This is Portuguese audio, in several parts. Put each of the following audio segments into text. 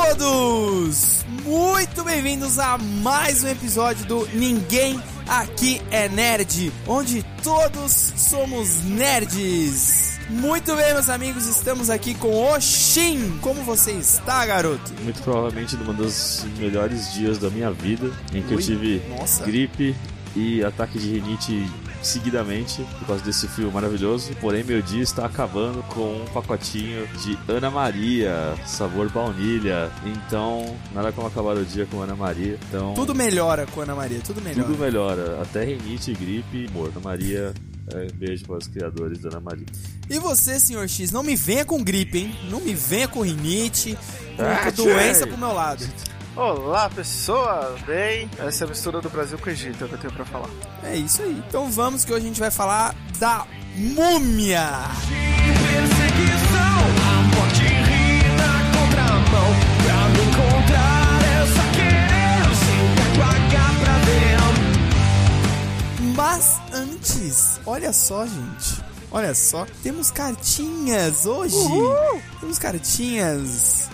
todos! Muito bem-vindos a mais um episódio do Ninguém Aqui é Nerd, onde todos somos nerds. Muito bem, meus amigos, estamos aqui com o Shin. Como você está, garoto? Muito provavelmente num dos melhores dias da minha vida, em que eu tive gripe e ataque de rinite seguidamente por causa desse frio maravilhoso. Porém, meu dia está acabando com um pacotinho de Ana Maria, sabor baunilha. Então, nada como acabar o dia com Ana Maria. Então, tudo melhora com Ana Maria, tudo melhora. Tudo melhora, até rinite, gripe e humor. Ana Maria, beijo para os criadores da Ana Maria. E você, senhor X, não me venha com gripe, hein? Não me venha com rinite, com doença pro meu lado. Olá, pessoas! Bem, essa é a mistura do Brasil com o Egito, é o que eu tenho pra falar. É isso aí. Então vamos que hoje a gente vai falar da Múmia! Perseguição, a morte ri na contramão. Pra me encontrar eu só quero sempre pagar pra ver. Mas antes, olha só, gente. Olha só, temos cartinhas hoje. Uhul! Temos cartinhas.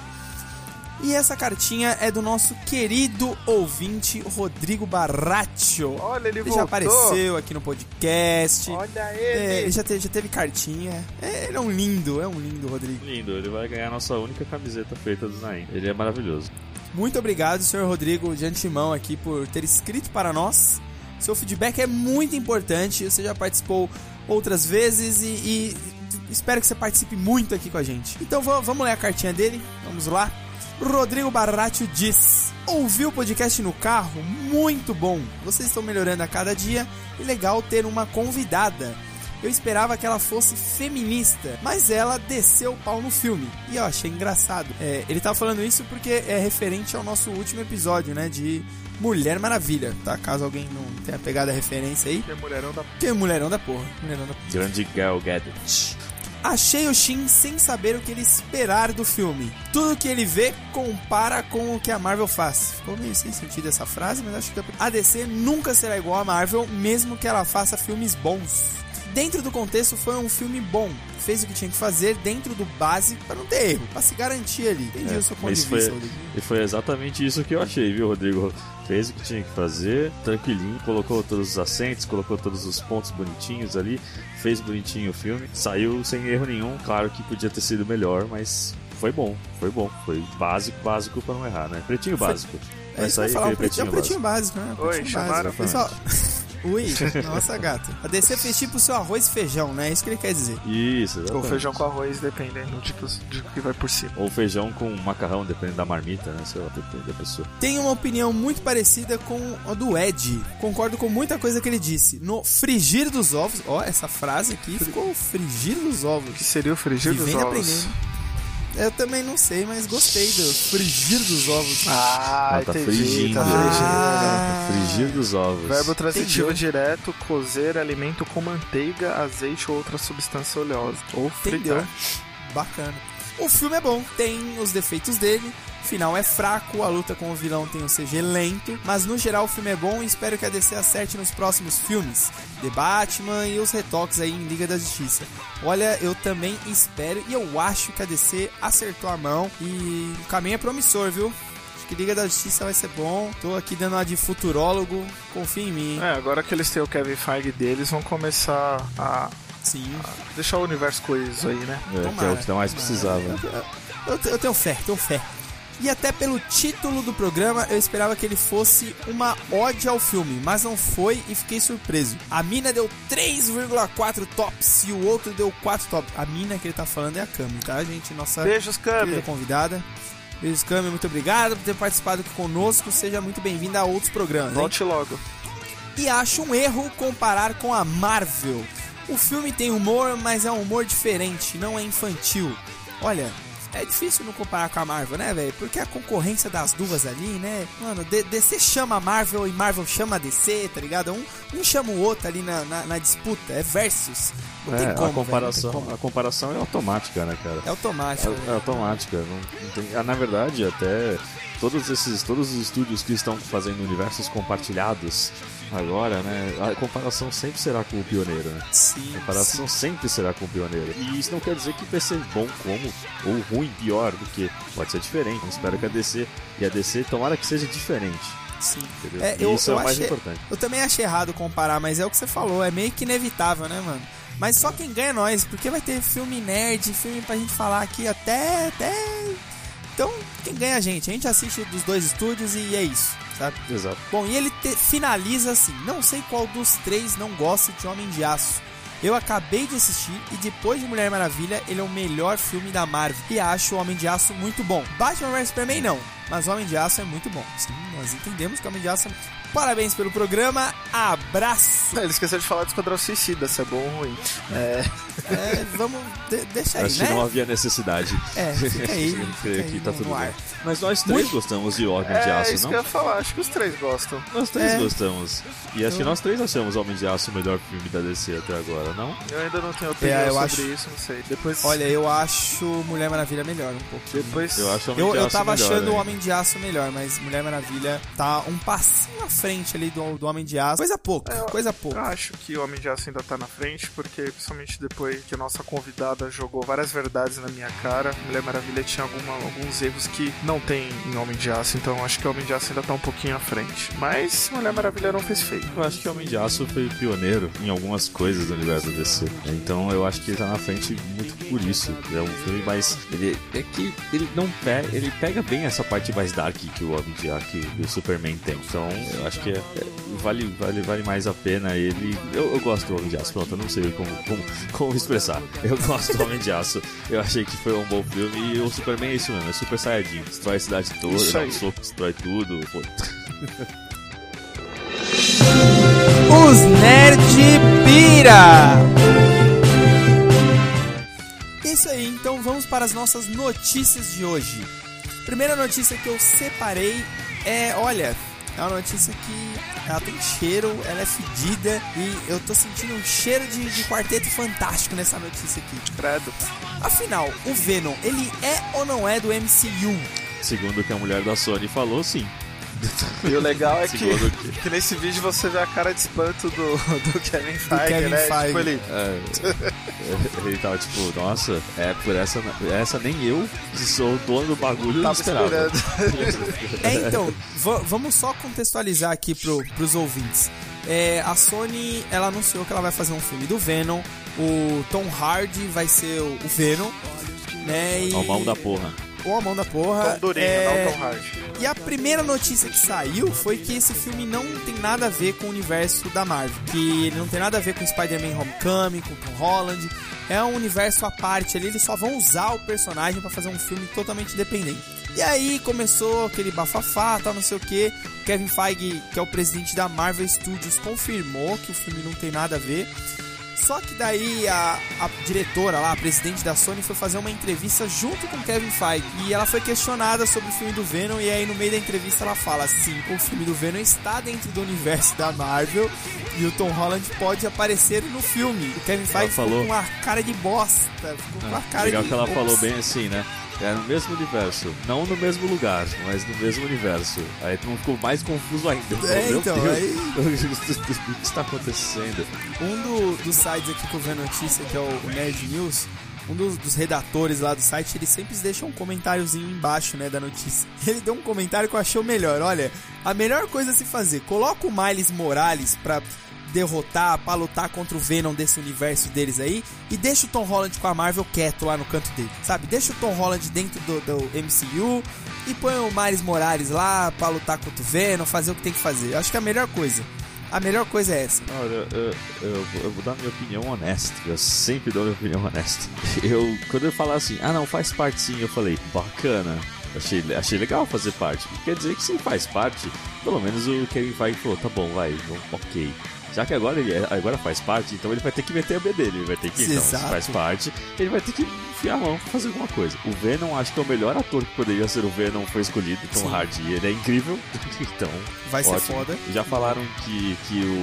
E essa cartinha é do nosso querido ouvinte Rodrigo Barraccio. Olha, ele voltou. Já apareceu aqui no podcast. Olha ele. Ele já teve cartinha. Ele é um lindo Rodrigo. Lindo, ele vai ganhar a nossa única camiseta feita do Naim. Ele é maravilhoso. Muito obrigado, senhor Rodrigo, de antemão aqui por ter escrito para nós. Seu feedback é muito importante. Você já participou outras vezes e espero que você participe muito aqui com a gente. Então vamos ler a cartinha dele. Vamos lá. Rodrigo Barraccio diz: ouvi o podcast no carro, muito bom. Vocês estão melhorando a cada dia e legal ter uma convidada. Eu esperava que ela fosse feminista, mas ela desceu o pau no filme e eu achei engraçado. Ele tava falando isso porque é referente ao nosso último episódio, né, de Mulher Maravilha, tá? Caso alguém não tenha pegado a referência aí. Que é mulherão da porra. Grande Gal Gadot. Achei o Shin sem saber o que ele esperar do filme. Tudo que ele vê compara com o que a Marvel faz. Ficou meio sem sentido essa frase, mas acho que a DC nunca será igual a Marvel, mesmo que ela faça filmes bons. Dentro do contexto, foi um filme bom. Fez o que tinha que fazer dentro do básico para não ter erro, para se garantir ali. Entendi o seu ponto de vista, Rodrigo. E foi exatamente isso que eu achei, viu, Rodrigo? Fez o que tinha que fazer, tranquilinho, colocou todos os acentos, colocou todos os pontos bonitinhos ali, fez bonitinho o filme, saiu sem erro nenhum. Claro que podia ter sido melhor, mas foi bom. Foi básico para não errar, né? Pretinho básico. Vai sair pretinho básico, né? Oi, chamaram, pessoal. Ui, nossa gata. A DC fez tipo o seu arroz e feijão, né? É isso que ele quer dizer. Isso, exatamente. Ou feijão com arroz, dependendo de que vai por cima. Ou feijão com macarrão, dependendo da marmita, né? Sei lá, depende da pessoa. Tenho uma opinião muito parecida com a do Ed. Concordo com muita coisa que ele disse. No frigir dos ovos... Ó, essa frase aqui ficou frigir dos ovos. O que seria o frigir dos ovos? Aprendendo. Eu também não sei, mas gostei do frigir dos ovos. Tá frigindo. Tá frigir dos ovos. Verbo transitivo direto, cozer alimento com manteiga, azeite ou outra substância oleosa. Ou fritar. Bacana. O filme é bom, tem os defeitos dele. O final é fraco, a luta com o vilão tem um CG lento, mas no geral o filme é bom e espero que a DC acerte nos próximos filmes, The Batman e os retoques aí em Liga da Justiça. Olha, eu também espero e eu acho que a DC acertou a mão e o caminho é promissor, viu? Acho que Liga da Justiça vai ser bom. Tô aqui dando uma de futurólogo, confia em mim. Agora que eles têm o Kevin Feige deles, vão começar a deixar o universo coeso aí, né? Que é o que mais precisava. Eu tenho fé. E até pelo título do programa, eu esperava que ele fosse uma ode ao filme, mas não foi e fiquei surpreso. A mina deu 3,4 tops e o outro deu 4 tops. A mina que ele tá falando é a Cami, tá, gente? Nossa beijos, Cami. Convidada. Beijos, Cami, muito obrigado por ter participado aqui conosco. Seja muito bem-vinda a outros programas. Volte logo. E acho um erro comparar com a Marvel. O filme tem humor, mas é um humor diferente, não é infantil. Olha... É difícil não comparar com a Marvel, né, velho? Porque a concorrência das duas ali, né? Mano, DC chama a Marvel e Marvel chama a DC, tá ligado? Um chama o outro ali na disputa. É versus. Não tem como, a comparação é automática, né, cara? É automática. É automática. Não tem, na verdade, até todos os estúdios que estão fazendo universos compartilhados agora, né, a comparação sempre será com o pioneiro, né? Sim, a comparação sempre será com o pioneiro. E isso não quer dizer que vai ser bom como, ou ruim, pior do que. Pode ser diferente. Eu espero que a DC tomara que seja diferente. Sim. Isso é o mais importante. Eu também achei errado comparar, mas é o que você falou, é meio que inevitável, né, mano? Mas só quem ganha é nós, porque vai ter filme nerd, filme pra gente falar aqui até... Então, quem ganha é a gente assiste dos dois estúdios e é isso, sabe? Exato. Bom, e ele finaliza assim: não sei qual dos três não gosta de Homem de Aço. Eu acabei de assistir e depois de Mulher Maravilha, ele é o melhor filme da Marvel. E acho o Homem de Aço muito bom. Batman vs Superman não, mas o Homem de Aço é muito bom. Sim, nós entendemos que o Homem de Aço é... Parabéns pelo programa, abraço. Ele esqueceu de falar do Esquadrão Suicida, se é bom ou ruim. Vamos deixar aí, acho né? que não havia necessidade. Fica aí, aqui tá tudo ar. bem. Mas nós três gostamos de Homem de Aço, isso não? que eu ia falar, acho que os três gostam. Nós três gostamos. E acho que nós três achamos Homem de Aço o melhor filme da DC até agora, não? Eu ainda não tenho opinião sobre isso, não sei. Depois... Olha, eu acho Mulher Maravilha melhor um pouco. Depois... Eu acho Homem de Aço eu tava melhor, achando o né? Homem de Aço melhor, mas Mulher Maravilha tá um passinho à frente ali do Homem de Aço. Coisa pouca. Eu acho que o Homem de Aço ainda tá na frente, porque principalmente depois que a nossa convidada jogou várias verdades na minha cara, Mulher Maravilha tinha alguns erros que não tem em Homem de Aço, então acho que o Homem de Aço ainda tá um pouquinho à frente. Mas Mulher Maravilha não fez feio. Eu acho que o Homem de Aço foi pioneiro em algumas coisas do universo da DC. Então eu acho que ele tá na frente muito por isso. É um filme mais... Ele pega bem essa parte mais dark que o Homem de Aço, que o Superman tem. Então eu acho que vale mais a pena ele... Eu gosto do Homem de Aço, pronto, eu não sei como expressar. Eu gosto do Homem de Aço. Eu achei que foi um bom filme e o Superman é isso mesmo, é Super Saiyajin. Destrói a cidade toda, dá um soco, destrói tudo. Pô. Os Nerd Pira! Isso aí, então vamos para as nossas notícias de hoje. Primeira notícia que eu separei é uma notícia que ela tem cheiro, ela é fedida e eu tô sentindo um cheiro de Quarteto Fantástico nessa notícia aqui. Credo. Afinal, o Venom, ele é ou não é do MCU? Segundo o que a mulher da Sony falou, sim. E o legal é que nesse vídeo você vê a cara de espanto do Kevin Feige, né? Feige. Tipo, ele tava tipo, nossa, por essa nem eu, que sou o dono do bagulho, não esperava. Então, vamos só contextualizar aqui pros ouvintes. A Sony, ela anunciou que ela vai fazer um filme do Venom. O Tom Hardy vai ser o Venom, né? O mão da porra. Ou a mão da porra. Tom Durinho, não Tom Hardy. E a primeira notícia que saiu foi que esse filme não tem nada a ver com o universo da Marvel. Que ele não tem nada a ver com Spider-Man Homecoming, com Tom Holland. É um universo à parte ali, eles só vão usar o personagem pra fazer um filme totalmente independente. E aí começou aquele bafafá, tal, não sei o que. Kevin Feige, que é o presidente da Marvel Studios, confirmou que o filme não tem nada a ver. Só que daí a diretora lá, a presidente da Sony, foi fazer uma entrevista junto com Kevin Feige. E ela foi questionada sobre o filme do Venom. E aí no meio da entrevista ela fala: sim, o filme do Venom está dentro do universo da Marvel e o Tom Holland pode aparecer no filme. O Kevin Feige ficou com uma cara de bosta. Ficou com uma cara legal de... que ela falou bem assim, né? É no mesmo universo, não no mesmo lugar, mas no mesmo universo. Aí não ficou mais confuso ainda. Meu então, Deus, aí... o que está acontecendo? Um dos sites aqui que eu vi a notícia, que é o Nerd News, um dos redatores lá do site, eles sempre deixam um comentáriozinho embaixo, né, da notícia. Ele deu um comentário que eu achei o melhor. Olha, a melhor coisa a se fazer, coloca o Miles Morales pra derrotar, pra lutar contra o Venom desse universo deles aí, e deixa o Tom Holland com a Marvel quieto lá no canto dele, sabe? Deixa o Tom Holland dentro do MCU e põe o Miles Morales lá pra lutar contra o Venom, fazer o que tem que fazer. Eu acho que a melhor coisa é essa. Olha, eu vou dar minha opinião honesta. Eu sempre dou minha opinião honesta. Quando eu falar assim, não, faz parte sim, eu falei, bacana. Achei legal fazer parte. Quer dizer que se faz parte, pelo menos o Kevin Feige falou, tá bom, vai, ok. Já que agora agora faz parte, então ele vai ter que meter a B dele. Ele vai ter que, então, se faz parte, ele vai ter que enfiar a mão pra fazer alguma coisa. O Venom, acho que é o melhor ator que poderia ser o Venom, foi escolhido, Tom Hardy. Ele é incrível, então vai ser ótimo. foda. Já falaram que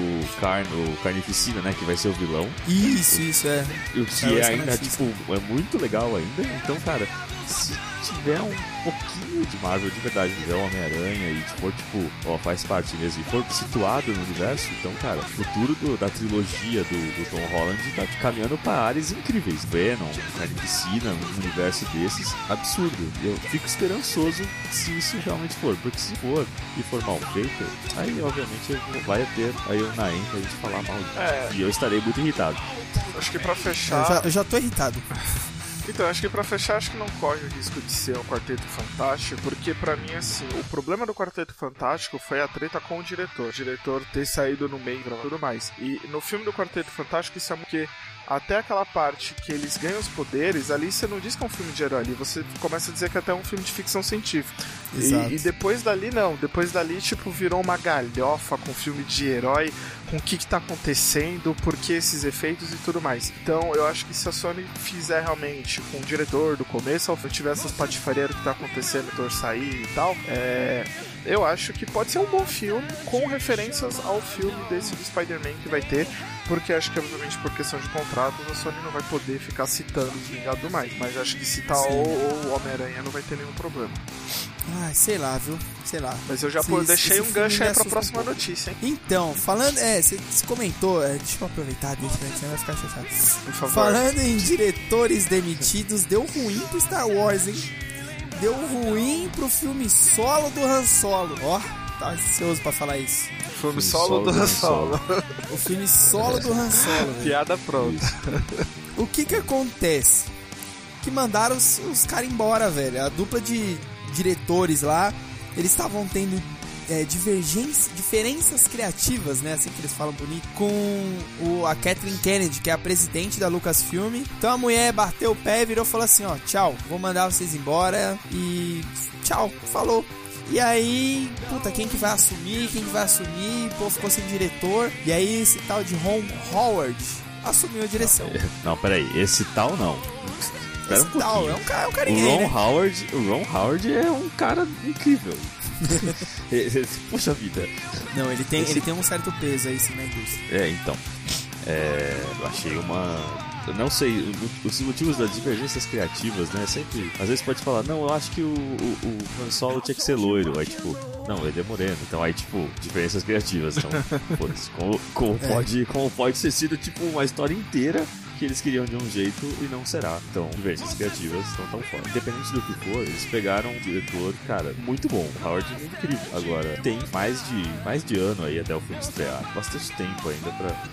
o Carnificina, né, que vai ser o vilão. Isso, é. O que é ainda, tipo, é muito legal ainda. Então, cara, tiver um pouquinho de Marvel de verdade, tiver o Homem-Aranha e for, tipo, ó, faz parte mesmo, e for situado no universo, então, cara, o futuro da trilogia do Tom Holland tá caminhando pra áreas incríveis. Venom, Carnificina, um universo desses, absurdo. Eu fico esperançoso se isso realmente for, porque se for e for mal feito, aí, obviamente, vai ter aí o Naem pra gente falar mal. E eu estarei muito irritado. Acho que pra fechar... Eu já tô irritado. Então, acho que pra fechar, acho que não corre o risco de ser um Quarteto Fantástico, porque pra mim, assim, o problema do Quarteto Fantástico foi a treta com o diretor ter saído no meio e tudo mais. E no filme do Quarteto Fantástico, isso é porque até aquela parte que eles ganham os poderes, ali você não diz que é um filme de herói, ali você começa a dizer que é até um filme de ficção científica. E depois dali, não. Depois dali, tipo, virou uma galhofa com filme de herói, com o que tá acontecendo, por que esses efeitos e tudo mais. Então, eu acho que se a Sony fizer realmente com o diretor do começo ao fim, tiver essas patifarias que tá acontecendo, o Thor sair e tal, eu acho que pode ser um bom filme, com referências ao filme desse do Spider-Man que vai ter, porque acho que, obviamente, por questão de contratos, a Sony não vai poder ficar citando os Vingados mais, mas acho que citar o Homem-Aranha não vai ter nenhum problema. Ah, sei lá, viu? Sei lá. Mas eu já deixei um gancho aí pra próxima notícia, hein? Então, falando... você comentou... deixa eu aproveitar, você vai ficar chateado. Por favor. Falando em diretores demitidos, deu ruim pro Star Wars, hein? Deu ruim pro filme solo do Han Solo. Ó, tá ansioso pra falar isso. Filme solo do Han Solo. O filme solo do Han Solo. Piada pronta. O que acontece? Que mandaram os caras embora, velho. A dupla de diretores lá, eles estavam tendo diferenças criativas, né, assim que eles falam bonito, com a Kathleen Kennedy, que é a presidente da Lucasfilm. Então a mulher bateu o pé e virou e falou assim, ó, tchau, vou mandar vocês embora e tchau, falou. E aí, puta, quem que vai assumir, pô, ficou sem diretor. E aí esse tal de Ron Howard assumiu a direção. Não, peraí, esse tal não. Esse tal, é um cara o Ron Howard é um cara incrível. Puxa vida. Não, ele tem um certo peso aí sim na indústria. Então. Eu achei eu não sei, os motivos das divergências criativas, né? Sempre. Às vezes pode falar, não, eu acho que o Han Solo tinha que ser loiro. Aí tipo, não, ele é moreno. Então aí, tipo, diferenças criativas. Então, foda-se. Como pode ser sido, tipo, uma história inteira que eles queriam de um jeito e não será. Então, diversas criativas estão tão fora. Independente do que for, eles pegaram um diretor, cara, muito bom. O Howard é incrível. Agora, tem mais de ano aí até o filme estrear. Bastante tempo ainda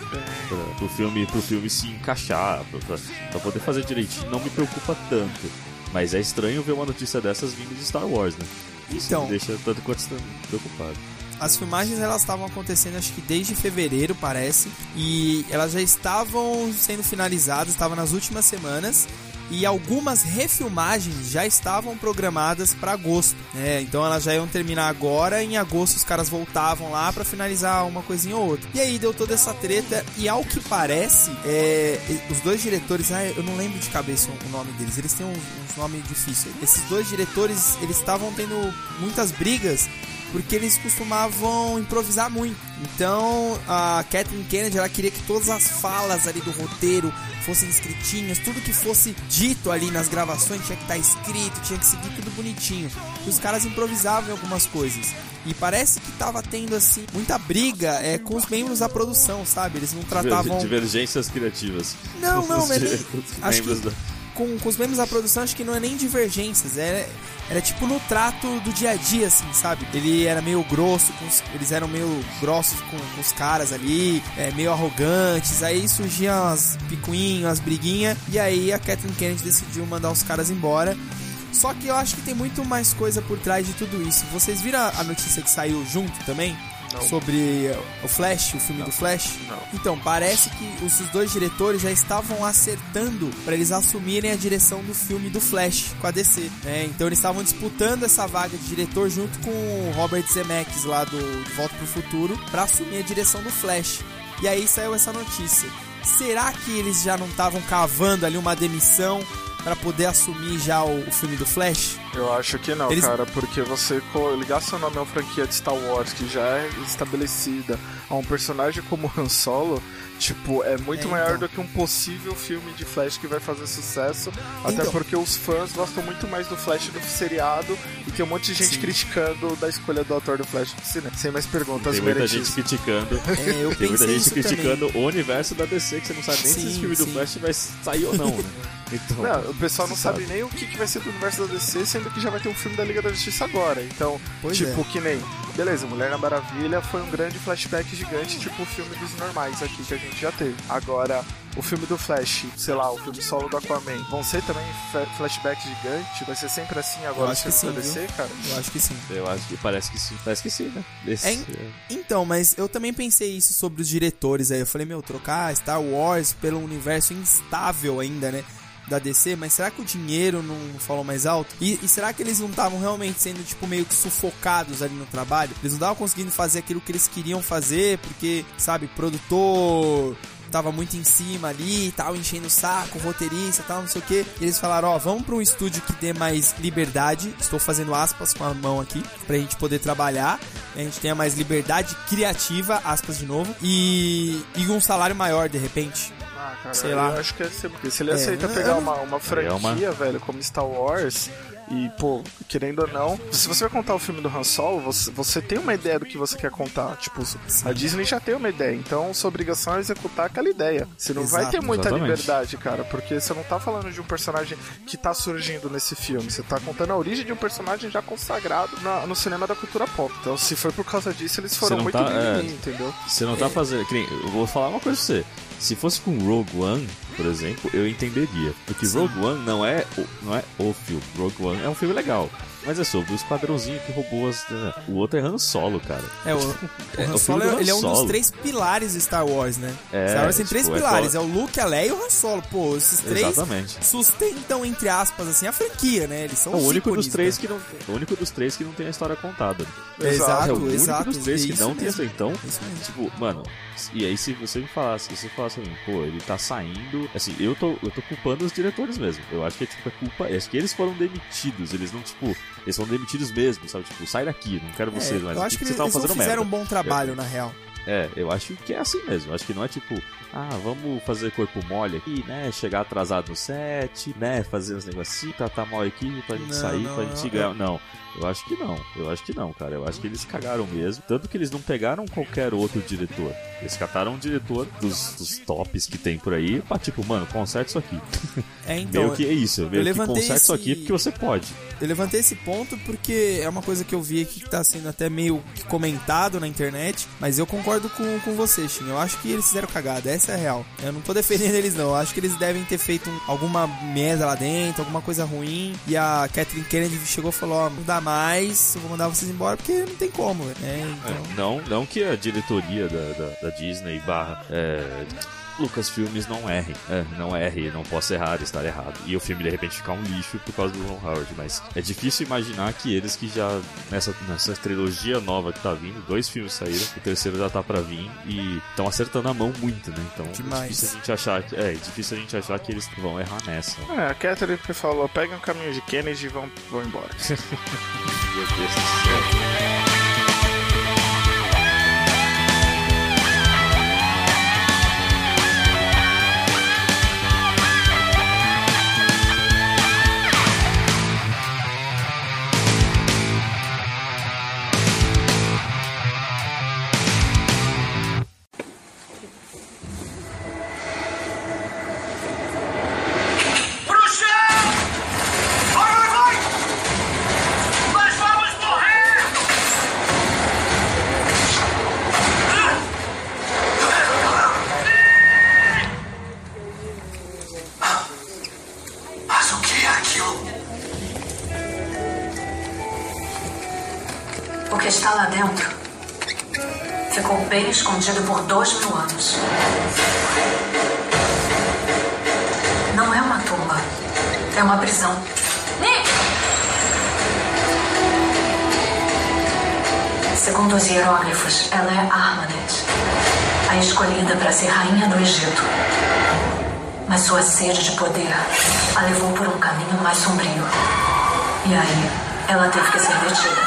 pro filme se encaixar, pra poder fazer direitinho. Não me preocupa tanto. Mas é estranho ver uma notícia dessas vindo de Star Wars, né? Isso então, me deixa tanto quanto preocupado. As filmagens, elas estavam acontecendo, acho que desde fevereiro, parece, e elas já estavam sendo finalizadas, estavam nas últimas semanas, e algumas refilmagens já estavam programadas para agosto, né? Então elas já iam terminar agora, e em agosto os caras voltavam lá para finalizar uma coisinha ou outra. E aí deu toda essa treta, e ao que parece, os dois diretores, eu não lembro de cabeça o nome deles, eles têm uns nomes difíceis. Esses dois diretores, eles estavam tendo muitas brigas, porque eles costumavam improvisar muito. Então a Kathleen Kennedy, ela queria que todas as falas ali do roteiro fossem escritinhas, tudo que fosse dito ali nas gravações tinha que estar escrito, tinha que seguir tudo bonitinho. E os caras improvisavam em algumas coisas. E parece que tava tendo, assim, muita briga com os membros da produção, sabe? Eles não tratavam... Divergências criativas. Não, acho que com os membros da produção, acho que não é nem divergências, era tipo no trato do dia a dia, assim, sabe? Ele era meio grosso, eles eram meio grossos com os caras ali, meio arrogantes, aí surgiam as picuinhas, as briguinhas, e aí a Kathleen Kennedy decidiu mandar os caras embora. Só que eu acho que tem muito mais coisa por trás de tudo isso. Vocês viram a notícia que saiu junto também? Não. Sobre o Flash, o filme do Flash? Não. Então, parece que os dois diretores já estavam acertando para eles assumirem a direção do filme do Flash com a DC, né? Então eles estavam disputando essa vaga de diretor junto com o Robert Zemeckis lá do Volta pro Futuro para assumir a direção do Flash. E aí saiu essa notícia. Será que eles já não estavam cavando ali uma demissão pra poder assumir já o filme do Flash? Eu acho que não, cara, porque você ligar seu nome a uma franquia de Star Wars que já é estabelecida a um personagem como Han Solo, tipo, é muito maior do que um possível filme de Flash que vai fazer sucesso, até porque os fãs gostam muito mais do Flash do seriado e tem um monte de gente criticando da escolha do ator do Flash do cinema. Sem mais perguntas, tem muita gente criticando. Tem muita gente criticando também. O universo da DC, que você não sabe nem se esse filme do Flash vai sair ou não, né? Então, não, o pessoal não sabe nem o que vai ser do universo da DC, sendo que já vai ter um filme da Liga da Justiça agora. Então, que nem... Beleza, Mulher na Maravilha foi um grande flashback gigante, tipo o filme dos normais aqui que a gente já teve. Agora, o filme do Flash, sei lá, o filme solo do Aquaman, vão ser também flashback gigante? Vai ser sempre assim agora? Eu acho que sim, DC, cara? Eu acho que sim. Eu acho que parece que sim. Parece que sim, né? Então, mas eu também pensei isso sobre os diretores aí. Eu falei, trocar Star Wars pelo universo instável ainda, né? Da DC, mas será que o dinheiro não falou mais alto? E será que eles não estavam realmente sendo, tipo, meio que sufocados ali no trabalho? Eles não estavam conseguindo fazer aquilo que eles queriam fazer, porque, sabe, produtor tava muito em cima ali e tal, enchendo o saco, roteirista e tal, não sei o que. E eles falaram, vamos pra um estúdio que dê mais liberdade, estou fazendo aspas com a mão aqui, pra gente poder trabalhar, a gente tenha mais liberdade criativa, aspas de novo, e um salário maior, de repente. Cara, sei lá. Eu acho que se ele aceita pegar uma franquia, velho, como Star Wars, e, pô, querendo ou não, se você vai contar o filme do Han Solo, você tem uma ideia do que você quer contar. Tipo, a Disney já tem uma ideia, então sua obrigação é executar aquela ideia. Você não vai ter muita liberdade, cara, porque você não tá falando de um personagem que tá surgindo nesse filme, você tá contando a origem de um personagem já consagrado no cinema da cultura pop. Então, se foi por causa disso, eles foram muito mimimi, entendeu? Você não tá fazendo... Eu vou falar uma coisa pra você. Se fosse com Rogue One, por exemplo, eu entenderia. Porque Rogue One não é o filme. Rogue One é um filme legal. Mas é sobre o esquadrãozinho que roubou as... O outro é Han Solo, cara. O Han Solo, ele é um dos 3 pilares de Star Wars, né? Star Wars tem 3 pilares. É o Luke, a Leia e o Han Solo. Pô, esses 3 sustentam, entre aspas, assim, a franquia, né? Eles são o único dos 3 que não... O único dos 3 que não tem a história contada. Exato, é o exato. único dos 3 que não tem essa... Então, tipo, mano... E aí, se você me falasse, assim, pô, ele tá saindo... Assim, eu tô culpando os diretores mesmo. Eu acho que é culpa... Acho que eles foram demitidos. Eles não, tipo... Eles foram demitidos mesmo, sabe? Tipo, sai daqui, não quero vocês mais. Eu acho que eles não fizeram um bom trabalho, na real. Eu acho que é assim mesmo. Eu acho que não é tipo... vamos fazer corpo mole aqui, né? Chegar atrasado no set, né? Fazer uns negocinhos, tratar mal a equipe pra gente sair, pra gente ganhar. Não, eu acho que não, cara. Eu acho que eles cagaram mesmo. Tanto que eles não pegaram qualquer outro diretor. Eles cataram um diretor dos tops que tem por aí pra, tipo, mano, conserta isso aqui. Então, meio que é isso. Meio que conserta isso aqui porque você pode. Eu levantei esse ponto porque é uma coisa que eu vi aqui que tá sendo até meio comentado na internet, mas eu concordo com você, Shin. Eu acho que eles fizeram cagada, essa é a real. Eu não tô defendendo eles, não. Eu acho que eles devem ter feito alguma merda lá dentro, alguma coisa ruim, e a Kathleen Kennedy chegou e falou, não dá mais, eu vou mandar vocês embora porque não tem como, né? Então... Não que a diretoria da Disney Lucasfilmes não erre. Não erre, não posso errar, estar errado. E o filme de repente ficar um lixo por causa do Ron Howard. Mas é difícil imaginar que eles que já, nessa trilogia nova que tá vindo, 2 filmes saíram, o terceiro já tá pra vir e estão acertando a mão muito, né? Então é difícil a gente achar que eles vão errar nessa. A Catherine que falou, peguem um caminho de Kennedy e vão embora. Meu Deus do céu. O que está lá dentro ficou bem escondido por 2000 anos. Não é uma tumba, é uma prisão. Segundo os hieróglifos, ela é Armanet, a escolhida para ser rainha do Egito. Mas sua sede de poder a levou por um caminho mais sombrio. E aí, ela teve que ser detida.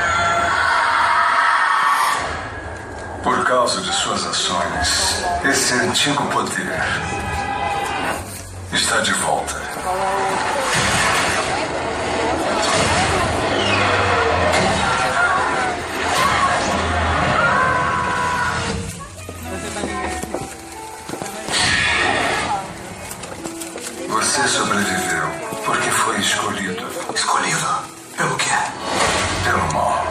Por causa de suas ações, esse antigo poder está de volta. Você sobreviveu porque foi escolhido. Escolhido? Pelo quê? Pelo mal.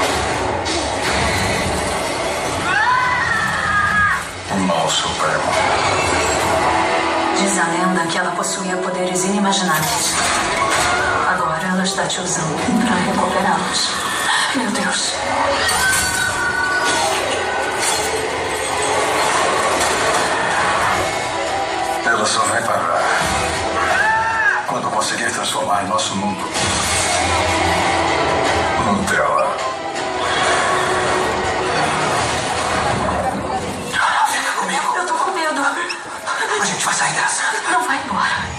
O mal supremo. Diz a lenda que ela possuía poderes inimagináveis. Agora ela está te usando para recuperá-los. Meu Deus. Ela só vai parar quando conseguir transformar nosso mundo Nutella. Fica comigo. Eu tô com medo. A gente vai sair dessa. Não vai embora.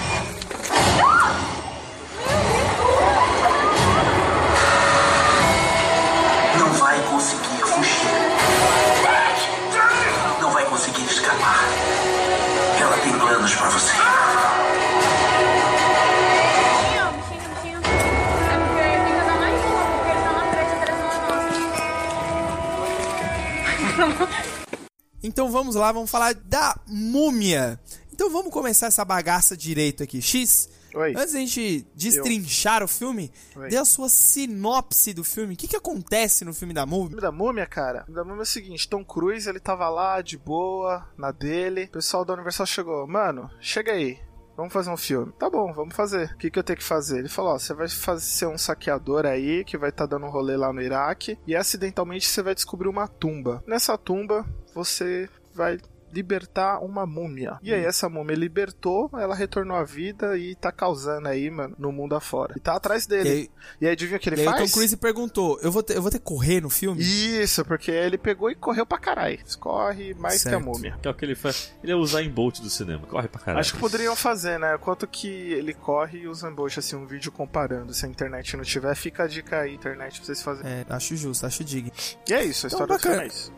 Não vai conseguir fugir. Não vai conseguir escapar. Ela tem planos pra você. Então vamos lá, vamos falar da Múmia. Então vamos começar essa bagaça direito aqui. X, Oi. antes da gente destrinchar o filme, dê a sua sinopse do filme. O que acontece no filme da O Múmia? filme da Múmia, cara, o filme da Múmia é o seguinte, Tom Cruise, ele tava lá, de boa, na dele, o pessoal da Universal chegou, mano, chega aí, vamos fazer um filme. Tá bom, vamos fazer. O que eu tenho que fazer? Ele falou, ó, você vai ser um saqueador aí, que vai estar dando um rolê lá no Iraque, e acidentalmente você vai descobrir uma tumba. Nessa tumba, você vai libertar uma múmia. E aí essa múmia libertou, ela retornou à vida e tá causando aí, mano, no mundo afora. E tá atrás dele. E aí adivinha o que ele E aí o faz? Tom Cruise perguntou, eu vou ter que correr no filme? Isso, porque ele pegou e correu pra caralho. Corre mais Certo. que a múmia. Que é o que ele faz. Ele é o Usain Bolt do cinema. Corre pra caralho. Acho que poderiam fazer, né? Quanto que ele corre e o Zambocha, assim, um vídeo comparando. Se a internet não tiver, fica a dica aí, internet, pra vocês fazerem. É, acho justo, acho digno. E é isso, a Então, história do filme bacana. é isso.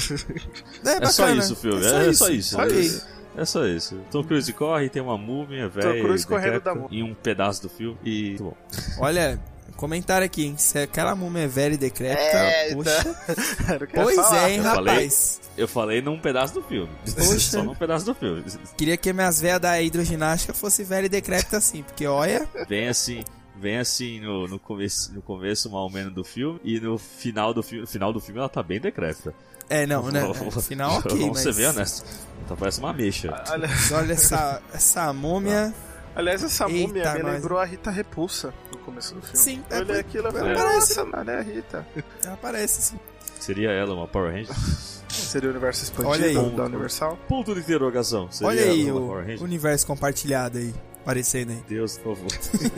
É só isso o filme. É só isso. Ok. É só isso. Tom Cruise corre, tem uma múmia, velho. Tom Cruise correndo decrépita, da múmia. em um pedaço do filme. E. Muito bom. Olha, comentário aqui, hein? Se aquela múmia é velha e decrépita, poxa. Era o que eu ia Pois falar. é, hein, Eu rapaz. Eu falei num pedaço do filme. Poxa. Só num pedaço do filme. Queria que minhas veias da hidroginástica fossem velha e decrépita assim, porque olha... Vem assim no começo, mais ou menos do filme. E no final do filme ela tá bem decrépita. É, não, né? No final, ok, Vamos mas... ser bem honesto. Tá parece uma ameixa. Mas olha essa múmia... Aliás, essa múmia Eita, me nós. lembrou a Rita Repulsa no começo do filme. Sim, Eu olhei aquilo e falei, parece. nossa, mano, é a Rita. Ela parece, assim. Seria ela uma Power Ranger? Seria o universo expandido Olha aí. da Universal. Ponto de interrogação. Seria Olha aí ela uma o Power Ranger? universo compartilhado aí, aparecendo aí. Deus, por favor.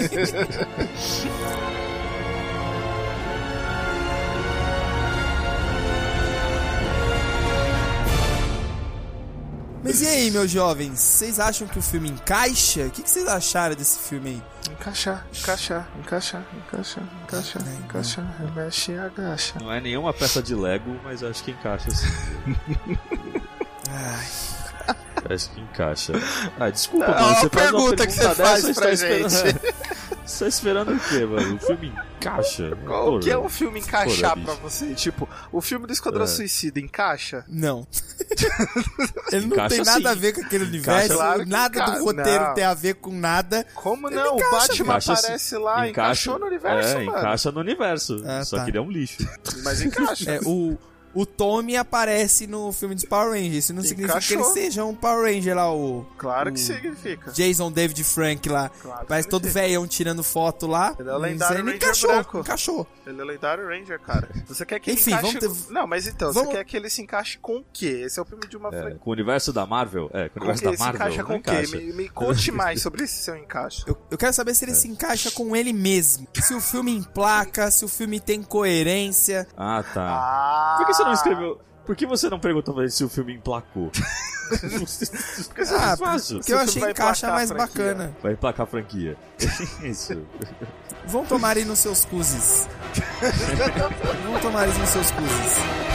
Mas e aí, meus jovens? Vocês acham que o filme encaixa? O que vocês acharam desse filme aí? Encaixa, remexe e agacha. Não é nenhuma peça de Lego, mas acho que encaixa assim. Ai, Acho que encaixa. Ah, desculpa, Ah, mano. uma Você faz uma pergunta que pergunta você faz dessa, pra você tá gente. esperando... Você tá esperando o quê, mano? O filme encaixa? O que é um filme encaixar Porra, pra bicho. você? Tipo, o filme do Esquadrão Suicida encaixa? não. Ele não Encaixa tem nada sim. a ver com aquele universo, claro que nada encaixa. do roteiro Não. tem a ver com nada. Como Ele não? O encaixa, Batman Encaixa, aparece lá, encaixou no universo, mano. encaixa no universo. Ah, só tá. que ele é um lixo. Mas encaixa. É, o Tommy aparece no filme dos Power Rangers. Isso não significa que Encaixou. ele seja um Power Ranger lá, o Claro que o significa. Jason David Frank lá. Claro que Parece todo significa. velhão tirando foto lá. Ele é o Mas lendário ele Ranger encaixou, branco. encaixou. Ele é o lendário Ranger, cara. Você quer que ele Enfim, encaixe... vamos ter- Não, mas então, vamos- você quer que ele se encaixe com o quê? Esse é o filme de uma É, franquia. com o universo da Marvel? É, com o Com universo que da ele se Marvel. encaixa não com o quê? encaixa. Me conte mais sobre esse seu encaixe. Eu quero saber se ele se encaixa com ele mesmo. Se o filme emplaca, se o filme tem coerência. Ah, tá. Ah! Por que você não escreveu... Por que você não perguntou pra ele se o filme emplacou? Porque que eu achei que encaixa mais bacana. Vai emplacar a franquia. Isso. Vão tomar aí nos seus cuzes. Vão tomar aí nos seus cuzes.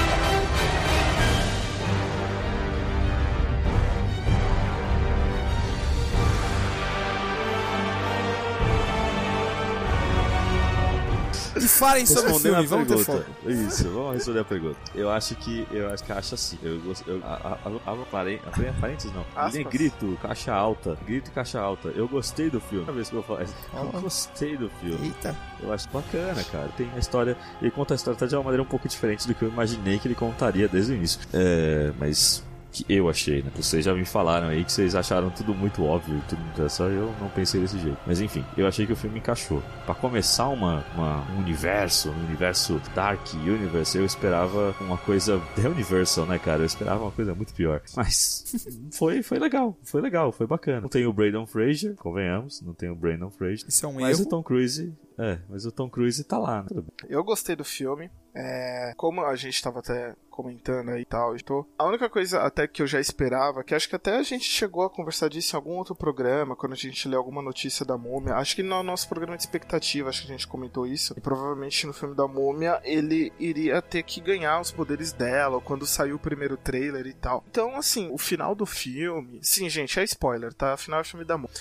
E falem sobre o filme, vamos ter foco. Isso, vamos responder a pergunta. Eu acho que acha assim. Parênteses não. Grito e caixa alta. Eu gostei do filme. Uma vez que eu falo, eu gostei do filme. Eita. Eu acho bacana, cara. Tem a história. Ele conta a história de uma maneira um pouco diferente do que eu imaginei que ele contaria desde o início. Mas que eu achei, né? Vocês já me falaram aí que vocês acharam tudo muito óbvio, tudo, só eu não pensei desse jeito. Mas enfim, eu achei que o filme encaixou. Pra começar um universo Dark Universe, eu esperava uma coisa The Universal, né, cara? Eu esperava uma coisa muito pior. Mas foi legal, foi bacana. Não tem o Brendan Fraser, convenhamos, não tem o Brendan Fraser. Isso é um mas erro. Mas o Tom Cruise tá lá, né? Eu gostei do filme. Como a gente tava até comentando aí e tal, a única coisa até que eu já esperava, que acho que até a gente chegou a conversar disso em algum outro programa, quando a gente lê alguma notícia da Múmia, acho que no nosso programa de expectativa, acho que a gente comentou isso, e provavelmente no filme da Múmia ele iria ter que ganhar os poderes dela, quando saiu o primeiro trailer e tal. Então, assim, o final do filme... Sim, gente, é spoiler, tá? Afinal é o filme da Múmia.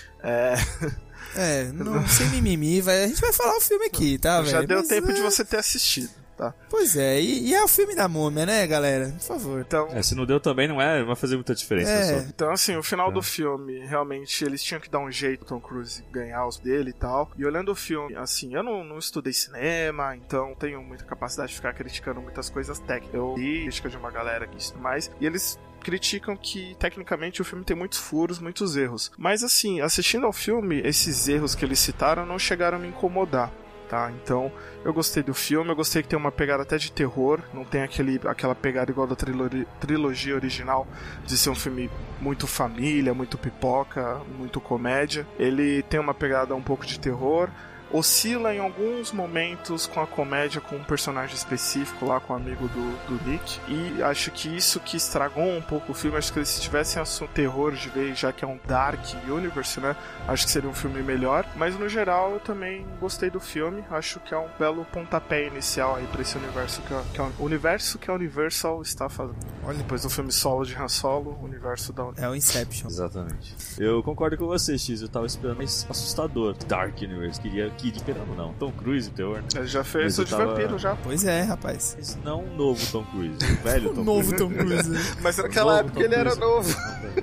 Não, sem mimimi, a gente vai falar o filme aqui, tá, velho? Já deu tempo de você ter assistido. Tá. Pois é, e é o filme da Múmia, né, galera? Por favor. Então, se não deu também, não vai fazer muita diferença. Só. Então, assim, o final do filme, realmente, eles tinham que dar um jeito, Tom Cruise, ganhar os dele e tal. E olhando o filme, assim, eu não estudei cinema, então tenho muita capacidade de ficar criticando muitas coisas técnicas. Eu li crítica de uma galera que isso mais, e eles criticam que, tecnicamente, o filme tem muitos furos, muitos erros. Mas, assim, assistindo ao filme, esses erros que eles citaram não chegaram a me incomodar. Tá, então eu gostei do filme, eu gostei que tem uma pegada até de terror, não tem aquela pegada igual da trilogia original de ser um filme muito família, muito pipoca, muito comédia. Ele tem uma pegada um pouco de terror, oscila em alguns momentos com a comédia, com um personagem específico lá, com o amigo do Nick, e acho que isso que estragou um pouco o filme. Acho que se tivessem assunto terror de vez, já que é um Dark Universe, né, acho que seria um filme melhor, mas no geral eu também gostei do filme, acho que é um belo pontapé inicial aí pra esse universo que é o universo que a Universal está fazendo. Olha, depois do filme solo de Han Solo, o universo da É o Inception. Exatamente. Eu concordo com você, X, eu tava esperando mais assustador Dark Universe, queria esperando não. Tom Cruise, teor. Ele já fez isso de vampiro já. Pois é, rapaz. Mas não o novo Tom Cruise, o velho Tom Cruise. Tom Cruise. Mas naquela época ele era novo.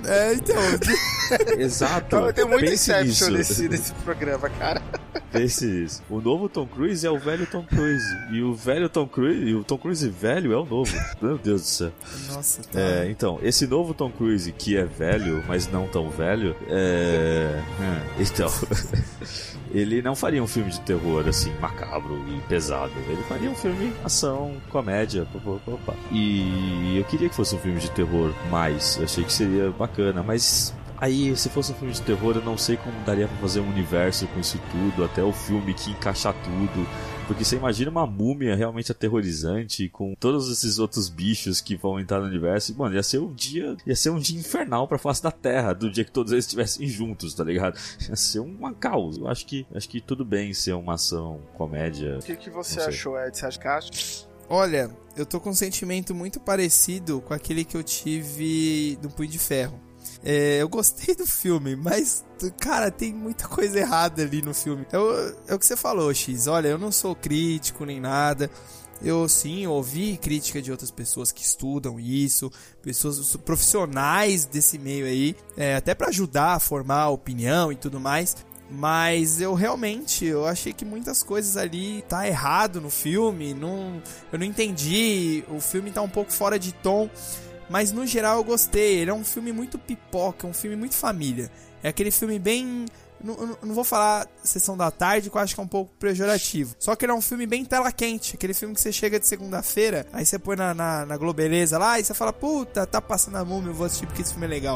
Então. Exato. Então, tem muito Inception nesse programa, cara. Pense isso. O novo Tom Cruise é o velho Tom Cruise. E o velho Tom Cruise, e o Tom Cruise velho é o novo. Meu Deus do céu. Nossa, tá. Então, esse novo Tom Cruise, que é velho, mas não tão velho, então... Ele não faria um filme de terror, assim, macabro e pesado. Ele faria um filme ação, comédia, E eu queria que fosse um filme de terror mais. Eu achei que seria bacana, mas... Aí, se fosse um filme de terror, eu não sei como daria pra fazer um universo com isso tudo, até o filme que encaixar tudo. Porque você imagina uma múmia realmente aterrorizante, com todos esses outros bichos que vão entrar no universo. E, mano, ia ser um dia infernal pra face da Terra, do dia que todos eles estivessem juntos, tá ligado? Ia ser uma caos. Eu acho que tudo bem ser uma ação, comédia. O que você achou, Ed? Você acha que acha? Olha, eu tô com um sentimento muito parecido com aquele que eu tive no Punho de Ferro. Eu gostei do filme, mas, cara, tem muita coisa errada ali no filme. É o que você falou, X. Olha, eu não sou crítico nem nada. Eu, sim, ouvi crítica de outras pessoas que estudam isso, pessoas profissionais desse meio aí, até pra ajudar a formar a opinião e tudo mais. Mas eu achei que muitas coisas ali tá errado no filme. Eu não entendi. O filme tá um pouco fora de tom. Mas no geral eu gostei. Ele é um filme muito pipoca, um filme muito família. É aquele filme bem... Não vou falar Sessão da Tarde, que eu acho que é um pouco pejorativo. Só que ele é um filme bem tela quente. Aquele filme que você chega de segunda-feira, aí você põe na Globeleza lá e você fala, puta, tá passando a Múmia, eu vou assistir porque esse filme é legal.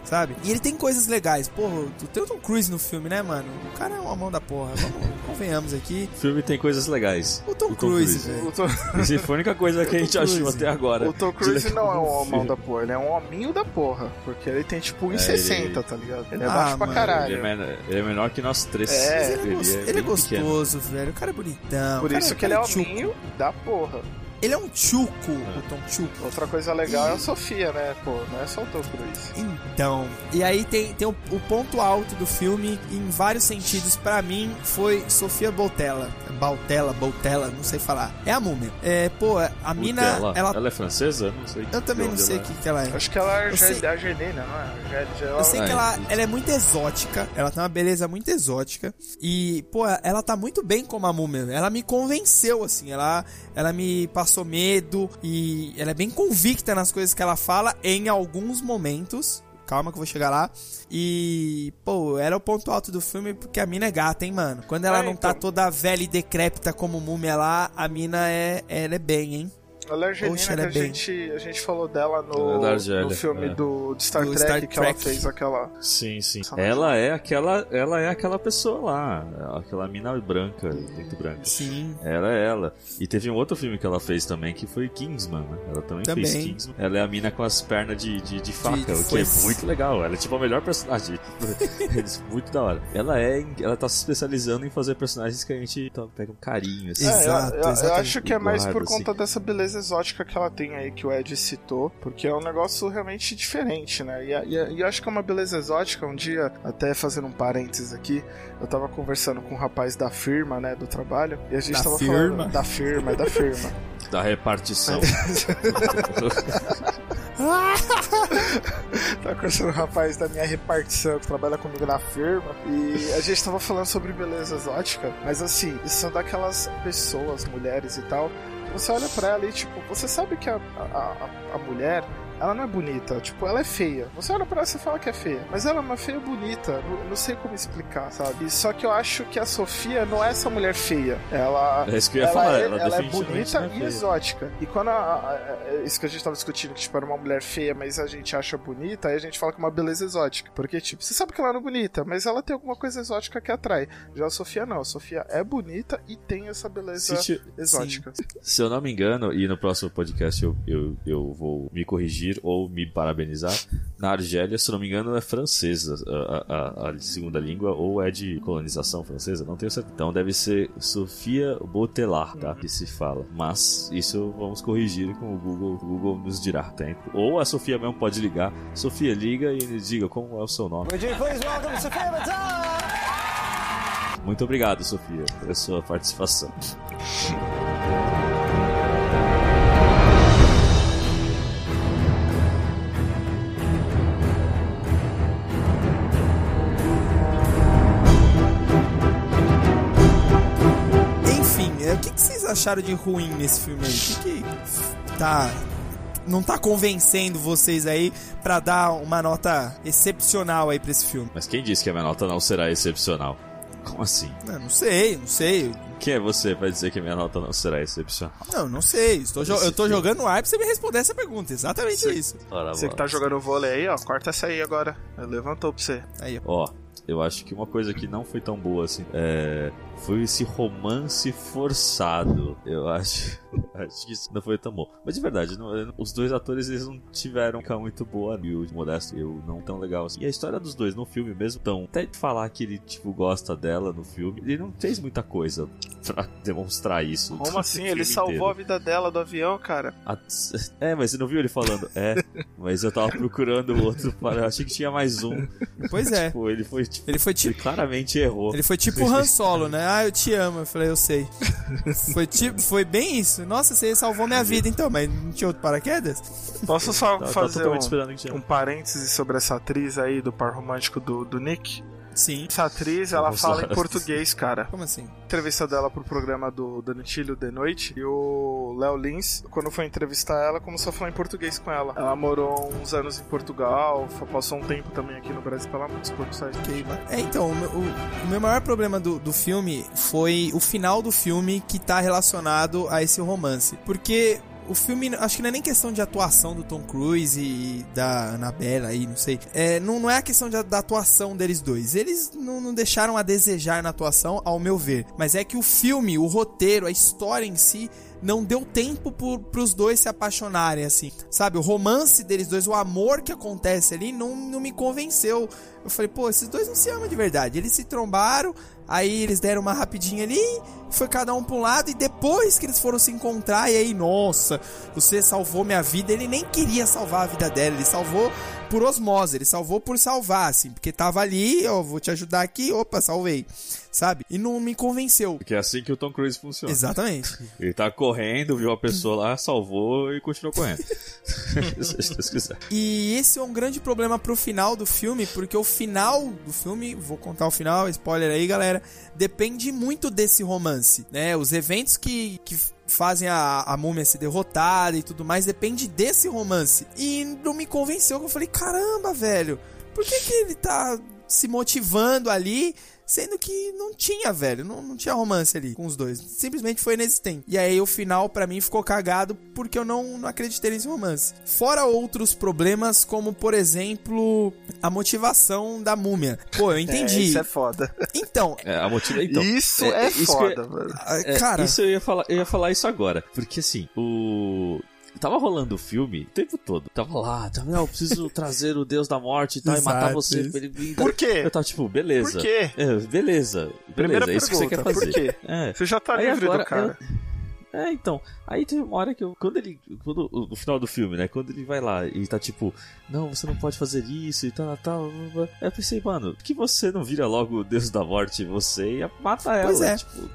sabe? E ele tem coisas legais. Porra, tem o Tom Cruise no filme, né, mano? O cara é uma mão da porra. Convenhamos aqui. O filme tem coisas legais. O Tom Cruise, velho. Essa foi a única coisa que a gente achou até agora. O Tom Cruise não é um mão da porra, ele é um hominho da porra. Porque ele tem tipo 1,60, tá ligado? Ele é baixo pra caralho. Ele é menor que nós três. Ele é gostoso, velho. O cara é bonitão. Por isso que ele é hominho da porra. Ele é um tchuco, o Tom Tchuco. Outra coisa legal é a Sofia, né? Pô, não é só o Tom Cruise. Então, e aí tem o ponto alto do filme, em vários sentidos, pra mim, foi Sofia Boutella, não sei falar. É a múmia. Pô, a mina... Ela é francesa? Não sei. Eu também não sei o que ela é. Acho que ela é argelina, não é? Eu sei que ela é muito exótica, ela tem uma beleza muito exótica, e, pô, ela tá muito bem como a múmia. Ela me convenceu, assim, ela me passou medo e ela é bem convicta nas coisas que ela fala em alguns momentos. Calma que eu vou chegar lá. E, pô, era o ponto alto do filme porque a mina é gata, hein, mano? Quando ela não tá toda velha e decrépita como múmia lá, a mina ela é bem, hein? Ela é argelina, que a gente falou dela no filme do Star Trek, que ela fez aquela... Sim. Ela é aquela pessoa lá, aquela mina branca, muito branca. Sim. Ela é ela. E teve um outro filme que ela fez também, que foi Kingsman, né? Ela também fez Kingsman. Ela é a mina com as pernas de faca, o que é muito legal. Ela é tipo a melhor personagem. Muito da hora. Ela tá se especializando em fazer personagens que a gente pega um carinho, assim. Exato. Eu acho que é mais por conta dessa beleza exótica que ela tem aí, que o Ed citou, porque é um negócio realmente diferente, né? E eu acho que é uma beleza exótica. Um dia, até fazendo um parênteses aqui, eu tava conversando com um rapaz da firma, né, do trabalho, e a gente tava falando da firma. Da repartição. Tava conversando com um rapaz da minha repartição que trabalha comigo na firma, e a gente tava falando sobre beleza exótica, mas assim, são daquelas pessoas, mulheres e tal, você olha pra ela e, tipo, você sabe que a mulher, ela não é bonita, tipo, ela é feia. Você olha pra ela e você fala que é feia, mas ela é uma feia bonita, não sei como explicar, sabe? Só que eu acho que a Sofia não é essa mulher feia. Ela é bonita e exótica. E quando isso que a gente tava discutindo, que tipo, era uma mulher feia, mas a gente acha bonita, aí a gente fala que é uma beleza exótica. Porque, tipo, você sabe que ela não é bonita, mas ela tem alguma coisa exótica que atrai. Já a Sofia não, a Sofia é bonita e tem essa beleza exótica. Se eu não me engano, e no próximo podcast eu vou me corrigir ou me parabenizar, na Argélia, se não me engano, é francesa a segunda língua, ou é de colonização francesa, não tenho certeza. Então deve ser Sofia Boutella, tá? Que se fala. Mas isso vamos corrigir com o Google nos dirá, tá? Ou a Sofia mesmo pode ligar. Sofia, liga e diga como é o seu nome. Muito obrigado, Sofia, pela sua participação. O que vocês acharam de ruim nesse filme aí? O que não tá convencendo vocês aí pra dar uma nota excepcional aí pra esse filme? Mas quem disse que a minha nota não será excepcional? Como assim? Não sei. Quem é você pra dizer que a minha nota não será excepcional? Não sei. Eu tô jogando no ar pra você me responder essa pergunta. Exatamente isso. Você que tá jogando vôlei aí, ó, corta essa aí agora. Levantou pra você. Aí, ó. Eu acho que uma coisa que não foi tão boa assim foi esse romance forçado. Eu acho que isso não foi tão bom. Mas de verdade, os dois atores, eles não tiveram uma muito boa. E o Modesto, eu não tão legal assim. E a história dos dois no filme mesmo, então, até de falar que ele, tipo, gosta dela no filme, ele não fez muita coisa pra demonstrar isso. Como assim? Ele salvou a vida dela do avião, cara. Mas você não viu ele falando? Mas eu tava procurando o outro. Eu achei que tinha mais um. Pois é. Tipo, ele foi tipo... Ele claramente errou. Ele foi tipo o Han Solo, né? Eu te amo. Eu falei, eu sei. Foi bem isso. Nossa, você salvou minha vida então, mas não tinha outro paraquedas? Posso só fazer um parêntese sobre essa atriz aí do par romântico do Nick? Sim. Essa atriz, ela fala em português, cara. Como assim? Entrevista dela pro programa do Danilo de Noite. E o Léo Lins, quando foi entrevistar ela, começou a falar em português com ela. Ela morou uns anos em Portugal, passou um tempo também aqui no Brasil, pela Sportside. Então, o meu maior problema do filme foi o final do filme que tá relacionado a esse romance. Porque o filme, acho que não é nem questão de atuação do Tom Cruise e da Annabelle aí, não sei. Não é a questão da atuação deles dois. Eles não deixaram a desejar na atuação, ao meu ver. Mas é que o filme, o roteiro, a história em si, não deu tempo pros dois se apaixonarem, assim. Sabe, o romance deles dois, o amor que acontece ali, não me convenceu. Eu falei, pô, esses dois não se amam de verdade. Eles se trombaram, aí eles deram uma rapidinha ali, foi cada um pra um lado, e depois que eles foram se encontrar, e aí, nossa, você salvou minha vida. Ele nem queria salvar a vida dela, ele salvou por osmose, ele salvou por salvar, assim, porque tava ali, ó, vou te ajudar aqui, opa, salvei, sabe? E não me convenceu. Porque é assim que o Tom Cruise funciona. Exatamente. Ele tá correndo, viu a pessoa lá, salvou e continuou correndo. Se Deus quiser. E esse é um grande problema pro final do filme, porque o final do filme, vou contar o final, spoiler aí, galera, depende muito desse romance, né? Os eventos que fazem a múmia ser derrotada e tudo mais, depende desse romance. E não me convenceu, que eu falei, caramba, velho, por que ele tá se motivando ali, sendo que não tinha, velho, não tinha romance ali com os dois, simplesmente foi inexistente. E aí o final pra mim ficou cagado, porque eu não acreditei nesse romance. Fora outros problemas, como por exemplo, a motivação da múmia. Pô, eu entendi. Isso é foda. Então, isso é foda, mano. Cara, isso eu ia falar isso agora, porque assim, tava rolando o filme o tempo todo. Tava lá, eu preciso trazer o Deus da morte e tal, e matar você pra ele vir. Por quê? Eu tava tipo, beleza. Por quê? Beleza. Primeira é isso que você quer fazer. Por quê? Você já tá livre do cara. Então, aí teve uma hora que quando no final do filme, né, quando ele vai lá e tá tipo, não, você não pode fazer isso e tal, eu pensei, mano, que você não vira logo o Deus da morte, você ia matar ela, pois é. Tipo,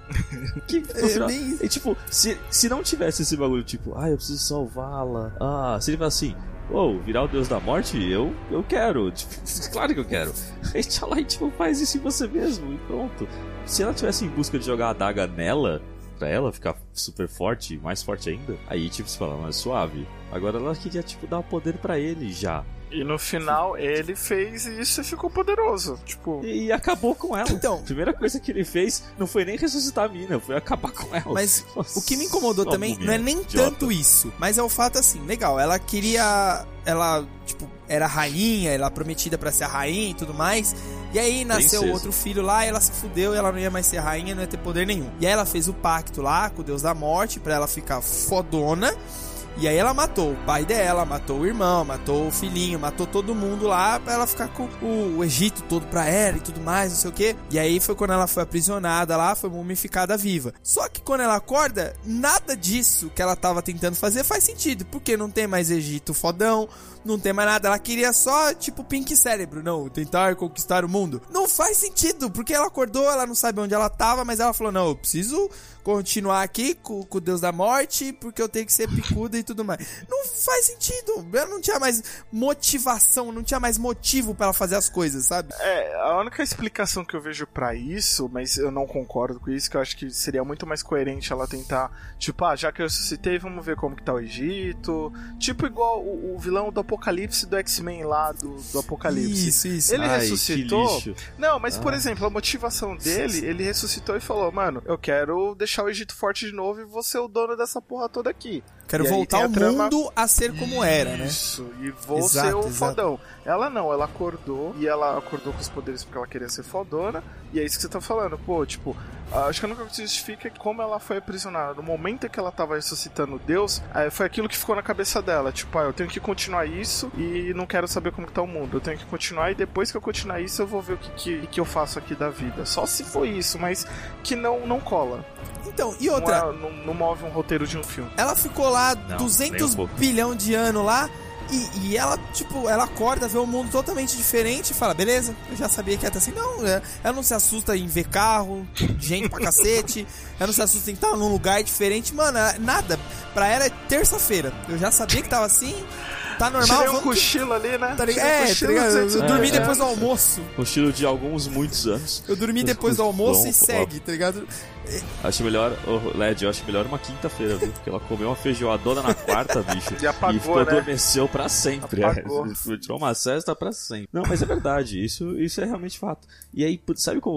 e tipo, se não tivesse esse bagulho, tipo, eu preciso salvá-la, se ele fala assim, virar o Deus da morte, eu quero, tipo, claro que eu quero, aí tá lá e tipo, faz isso em você mesmo e pronto. Se ela tivesse em busca de jogar a adaga nela, pra ela ficar super forte, mais forte ainda, aí tipo, você fala, mas suave. Agora ela queria tipo dar o poder pra ele já. E no final ele fez isso e ficou poderoso, tipo... E acabou com ela. Então, a primeira coisa que ele fez não foi nem ressuscitar a mina, foi acabar com ela. Mas o que me incomodou também não é nem tanto isso, mas é o fato assim, legal, ela queria... Ela, tipo, era rainha, ela prometida pra ser a rainha e tudo mais. E aí nasceu outro filho lá, e ela se fudeu, e ela não ia mais ser rainha, não ia ter poder nenhum. E aí ela fez o pacto lá com o Deus da Morte pra ela ficar fodona. E aí ela matou o pai dela, matou o irmão, matou o filhinho, matou todo mundo lá pra ela ficar com o Egito todo pra ela e tudo mais, não sei o que. E aí foi quando ela foi aprisionada lá, foi mumificada viva. Só que quando ela acorda, nada disso que ela tava tentando fazer faz sentido, porque não tem mais Egito fodão, não tem mais nada. Ela queria só, tipo, Pink Cérebro, não, tentar conquistar o mundo. Não faz sentido, porque ela acordou, ela não sabe onde ela tava, mas ela falou, não, eu preciso continuar aqui com o Deus da Morte, porque eu tenho que ser picuda e tudo mais. Não faz sentido. Ela não tinha mais motivação, não tinha mais motivo pra ela fazer as coisas, sabe? A única explicação que eu vejo pra isso, mas eu não concordo com isso, que eu acho que seria muito mais coerente ela tentar, tipo, já que eu ressuscitei, vamos ver como que tá o Egito. Tipo igual o vilão do Apocalipse do X-Men lá, do Apocalipse. Isso. Ele ressuscitou. Não, mas por exemplo, a motivação dele, ele ressuscitou e falou, mano, eu quero deixar o Egito forte de novo e vou ser o dono dessa porra toda aqui. Quero voltar o mundo a ser como era, né? Isso, e vou ser o fodão. Ela não, ela acordou, e ela acordou com os poderes porque ela queria ser fodona, e é isso que você tá falando, pô, tipo, acho que a única coisa que justifica é que como ela foi aprisionada, no momento em que ela tava ressuscitando Deus, foi aquilo que ficou na cabeça dela, tipo, eu tenho que continuar isso e não quero saber como que tá o mundo, eu tenho que continuar e depois que eu continuar isso eu vou ver o que eu faço aqui da vida. Só se foi isso, mas que não cola. Então, e outra... Não move um roteiro de um filme. Ela ficou lá 200 bilhão de anos lá, e ela, tipo, ela acorda, vê um mundo totalmente diferente e fala, beleza, eu já sabia que ia estar assim. Não, ela não se assusta em ver carro, gente pra cacete, ela não se assusta em estar num lugar diferente, mano, nada. Pra ela é terça-feira, eu já sabia que tava assim... Tá normal, tirei um cochilo ali, né? Tá ligado? Eu dormi depois do almoço. Cochilo de muitos anos. Eu dormi depois do almoço e segue, tá ligado? Acho melhor, Led, eu acho melhor uma quinta-feira, viu? Porque ela comeu uma feijoadona na quarta, bicho. E apagou, e ficou, né? Adormeceu pra sempre. Tirou uma cesta pra sempre. Não, mas é verdade, isso é realmente fato. E aí, sabe como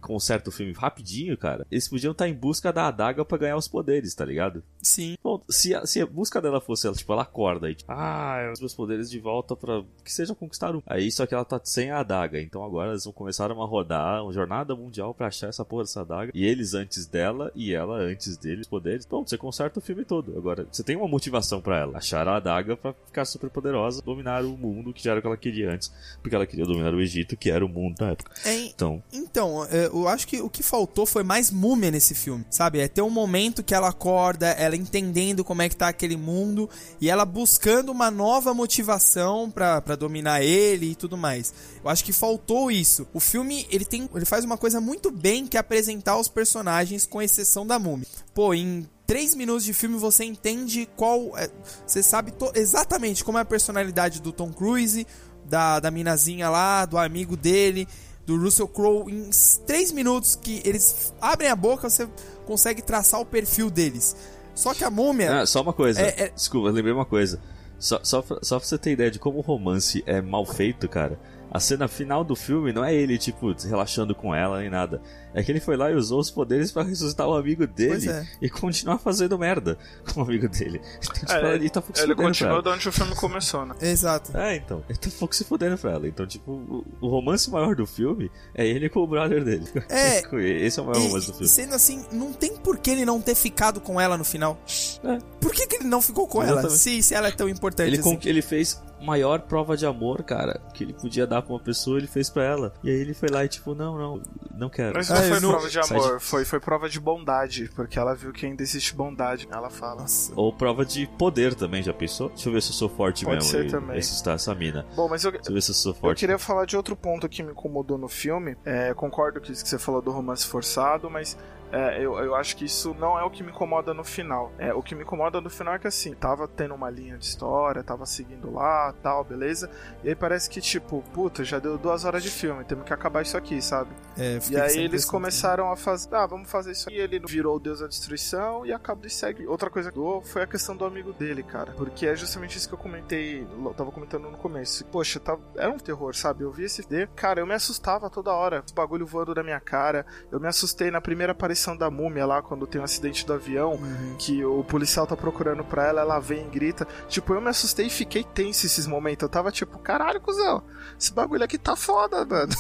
conserta o filme rapidinho, cara, eles podiam estar em busca da adaga pra ganhar os poderes, tá ligado? Sim. Bom, se a busca dela fosse, ela acorda e tipo, os meus poderes de volta pra que seja conquistar um. Aí só que ela tá sem a adaga, então agora eles vão começar uma rodar, uma jornada mundial pra achar essa porra dessa adaga, e eles antes dela e ela antes deles, poderes. Pronto, você conserta o filme todo. Agora, você tem uma motivação pra ela, achar a adaga pra ficar super poderosa, dominar o mundo, que já era o que ela queria antes, porque ela queria dominar o Egito, que era o mundo da época. Então, eu acho que o que faltou foi mais múmia nesse filme, sabe? É ter um momento que ela acorda, ela entendendo como é que tá aquele mundo, e ela buscando uma nova motivação pra dominar ele e tudo mais. Eu acho que faltou isso. O filme, ele faz uma coisa muito bem, que é apresentar os personagens, com exceção da múmia. Pô, em 3 minutos de filme você entende você sabe exatamente como é a personalidade do Tom Cruise, da minazinha lá, do amigo dele, do Russell Crowe. Em 3 minutos que eles abrem a boca, você consegue traçar o perfil deles. Só que a múmia... só uma coisa. Desculpa, eu lembrei uma coisa. Só pra você ter ideia de como o romance é mal feito, cara. A cena final do filme não é ele, tipo, relaxando com ela nem nada. É que ele foi lá e usou os poderes pra ressuscitar o amigo dele e continuar fazendo merda com o amigo dele. Então, tipo, ele continua de onde o filme começou, né? Exato. Então. Ele tá um pouco se fudendo pra ela. Então, tipo, o romance maior do filme é ele com o brother dele. Esse é o maior romance do filme. Sendo assim, não tem por que ele não ter ficado com ela no final. Por que ele não ficou com ela? Se ela é tão importante assim. Ele fez maior prova de amor, cara, que ele podia dar pra uma pessoa, ele fez pra ela. E aí ele foi lá e tipo, não quero. Mas não foi prova de amor, foi prova de bondade, porque ela viu que ainda existe bondade, ela fala. Nossa. Ou prova de poder também, já pensou? Deixa eu ver se eu sou forte Pode mesmo. Pode ser também. Ressuscitar essa mina. Bom, mas deixa eu ver se eu sou forte. Eu queria falar de outro ponto que me incomodou no filme. Concordo com isso que você falou do romance forçado, mas eu acho que isso não é o que me incomoda no final. O que me incomoda no final é que assim, tava tendo uma linha de história, tava seguindo lá, tal, beleza. E aí parece que tipo, puta, já deu 2 horas de filme, temos que acabar isso aqui, sabe? E aí eles começaram a fazer, vamos fazer isso aqui. Ele virou o deus da destruição e acaba e segue. Outra coisa que foi a questão do amigo dele, cara. Porque é justamente isso que eu tava comentando no começo. Poxa, era um terror, sabe? Eu vi esse vídeo, cara, eu me assustava toda hora. Os bagulho voando na minha cara. Eu me assustei na primeira aparição da múmia lá, quando tem um acidente do avião, que o policial tá procurando pra ela vem e grita. Tipo, eu me assustei e fiquei tenso esses momentos. Eu tava tipo, caralho, cuzão, esse bagulho aqui tá foda, mano.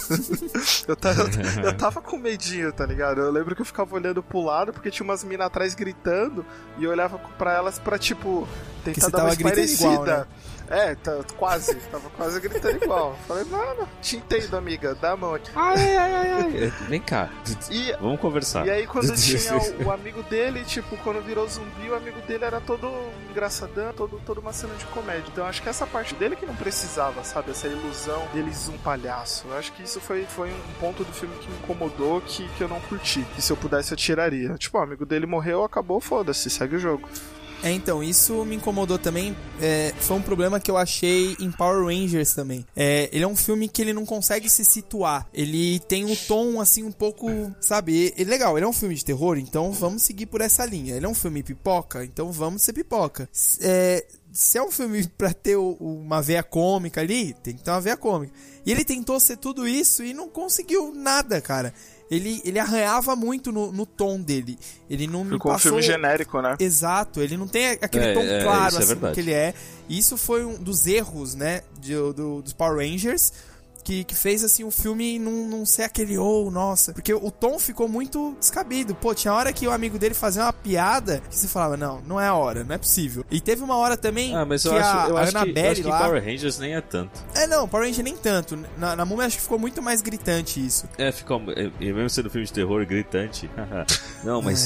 eu tava com medinho, tá ligado? Eu lembro que eu ficava olhando pro lado, porque tinha umas minas atrás gritando, e eu olhava pra elas pra, tipo, tentar dar uma parecida. Igual, né? Quase. Tava quase gritando igual. Falei, não, te entendo, amiga. Dá a mão aqui. Ai. Vem cá. Vamos conversar. E aí, quando tinha o amigo dele, tipo, quando virou zumbi, o amigo dele era todo engraçadão, toda uma cena de comédia. Então, acho que essa parte dele que não precisava, sabe? Essa ilusão deles um palhaço. Eu acho que isso foi um ponto do filme que me incomodou, que eu não curti. Que se eu pudesse, eu tiraria. Tipo, o amigo dele morreu, acabou, foda-se, segue o jogo. Então, isso me incomodou também. Foi um problema que eu achei em Power Rangers também. Ele é um filme que ele não consegue se situar. Ele tem um tom, assim, um pouco, sabe? Legal, ele é um filme de terror, então vamos seguir por essa linha. Ele é um filme pipoca, então vamos ser pipoca. Se é um filme pra ter uma veia cômica ali, tem que ter uma veia cômica. E ele tentou ser tudo isso e não conseguiu nada, cara. Ele arranhava muito no tom dele. Ele não me passou... Ficou um filme genérico, né? Exato, ele não tem aquele tom claro assim que ele é. E isso foi um dos erros, né, dos Power Rangers, que fez assim o filme não ser aquele nossa, porque o tom ficou muito descabido. Pô, tinha hora que o amigo dele fazia uma piada que você falava, não é a hora, não é possível. E teve uma hora também mas que eu acho Annabelle que lá... Power Rangers nem é tanto. Não, Power Rangers nem tanto. Na Múmia acho que ficou muito mais gritante isso. Ficou, e mesmo sendo filme de terror, gritante. Não, mas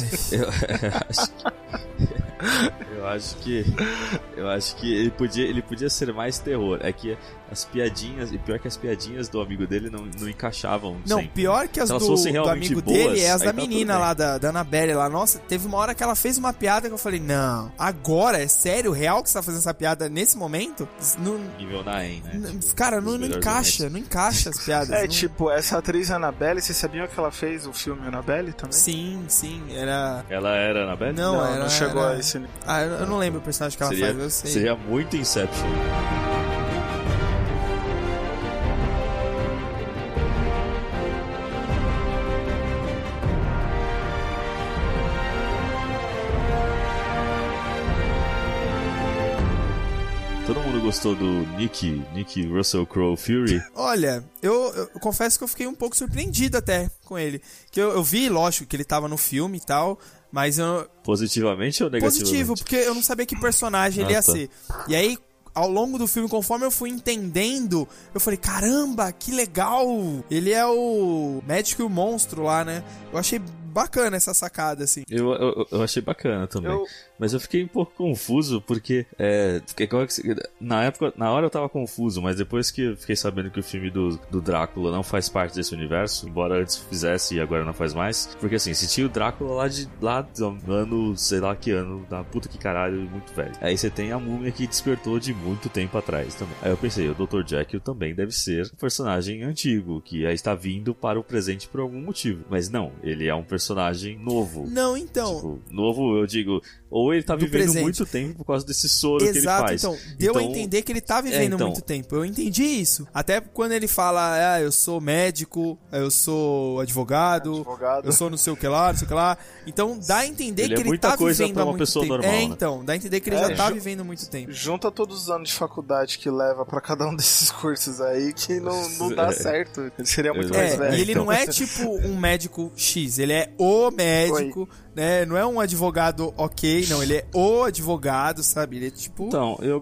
eu acho que ele podia ser mais terror. É que as piadinhas, e pior que as piadinhas do amigo dele não encaixavam. Não, sempre. Pior que as do amigo boas, dele é as da tá menina lá, da Annabelle lá. Nossa, teve uma hora que ela fez uma piada que eu falei, não, agora, é sério, real que você tá fazendo essa piada nesse momento? Nível Naem, né? Cara, não encaixa as piadas. Tipo, essa atriz Annabelle, vocês sabiam que ela fez o filme Annabelle também? Sim, era... Ela era Annabelle? Não chegou a esse nível. Eu não lembro o personagem que ela faz, eu sei. Seria muito Inception. Todo mundo gostou do Nick Russell Crowe Fury? Olha, eu confesso que eu fiquei um pouco surpreendido até com ele. Que eu vi, lógico, que ele tava no filme e tal, mas eu... Positivamente ou negativamente? Positivo, porque eu não sabia que personagem ele ia ser. E aí, ao longo do filme, conforme eu fui entendendo, eu falei, caramba, que legal! Ele é o médico e o monstro lá, né? Eu achei bacana essa sacada, assim. Eu achei bacana também. Mas eu fiquei um pouco confuso, porque na hora eu tava confuso, mas depois que eu fiquei sabendo que o filme do Drácula não faz parte desse universo, embora antes fizesse e agora não faz mais, porque assim, se tinha o Drácula lá do ano, sei lá que ano, da puta que caralho, muito velho. Aí você tem a múmia que despertou de muito tempo atrás também. Aí eu pensei, o Dr. Jekyll também deve ser um personagem antigo, que aí está vindo para o presente por algum motivo. Mas não, ele é um personagem novo. Não, então... Tipo, novo, eu digo... Ou ele tá vivendo muito tempo por causa desse soro que ele faz. Então, deu a entender que ele tá vivendo muito tempo. Eu entendi isso. Até quando ele fala, eu sou médico, eu sou advogado, eu sou não sei o que lá, não sei o que lá. Então, dá a entender que ele tá vivendo há muito tempo. Normal, então, dá a entender que ele já tá vivendo muito tempo. Junta todos os anos de faculdade que leva pra cada um desses cursos aí, que não dá certo. Ele seria muito mais velho. E ele não é tipo um médico X, ele é o médico... Né? Não é um advogado não, ele é o advogado, sabe? Ele é tipo... Então, eu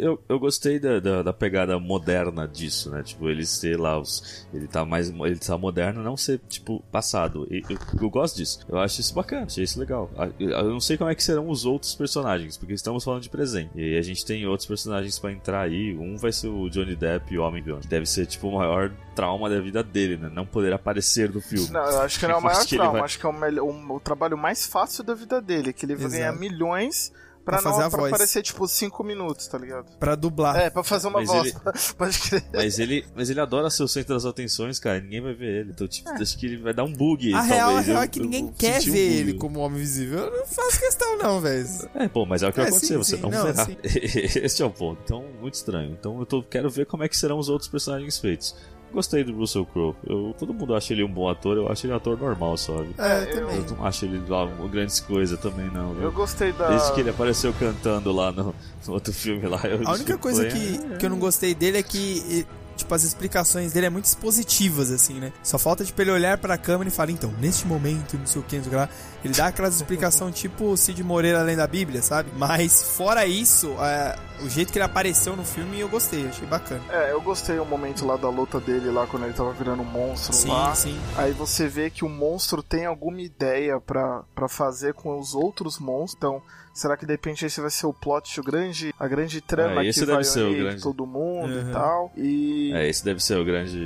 gostei da pegada moderna disso, né? Tipo, ele ser lá, ele tá moderno, não ser, tipo, passado. Eu gosto disso. Eu acho isso bacana, achei isso legal. Eu não sei como é que serão os outros personagens, porque estamos falando de presente. E a gente tem outros personagens pra entrar aí. Um vai ser o Johnny Depp, o Homem-Gun. Deve ser, tipo, o maior trauma da vida dele, né? Não poder aparecer no filme. Não, eu acho que não é o maior trauma. Acho que é o trabalho mais fácil da vida dele, que ele vai ganhar milhões pra aparecer tipo 5 minutos, tá ligado? Pra dublar. Pra fazer uma voz. Pode crer. Mas ele adora ser o centro das atenções, cara. Ninguém vai ver ele. Então, tipo, acho que ele vai dar um bug. A real é que ninguém quer ver ele como homem visível. Eu não faço questão, não, velho. Bom, mas é o que vai acontecer. Você não verá. Sim. Esse é o ponto. Então, muito estranho. Então, quero ver como é que serão os outros personagens feitos. Gostei do Russell Crowe. Todo mundo acha ele um bom ator, eu acho ele um ator normal, sabe? Também. Eu não acho ele lá grandes coisas também, não. Eu gostei da... Desde que ele apareceu cantando lá no outro filme lá. A única coisa que eu não gostei dele é que... Tipo, as explicações dele é muito expositivas, assim, né? Só falta, tipo, ele olhar pra câmera e falar, então, neste momento, não sei o que, não sei o que lá. Ele dá aquelas explicações tipo Cid Moreira além da Bíblia, sabe? Mas, fora isso, o jeito que ele apareceu no filme, eu gostei, achei bacana. Eu gostei o momento lá da luta dele lá, quando ele tava virando um monstro lá. Sim. Aí você vê que o monstro tem alguma ideia pra fazer com os outros monstros, então... Será que de repente esse vai ser o plot, a grande trama que vai unir todo mundo e tal? Esse deve ser o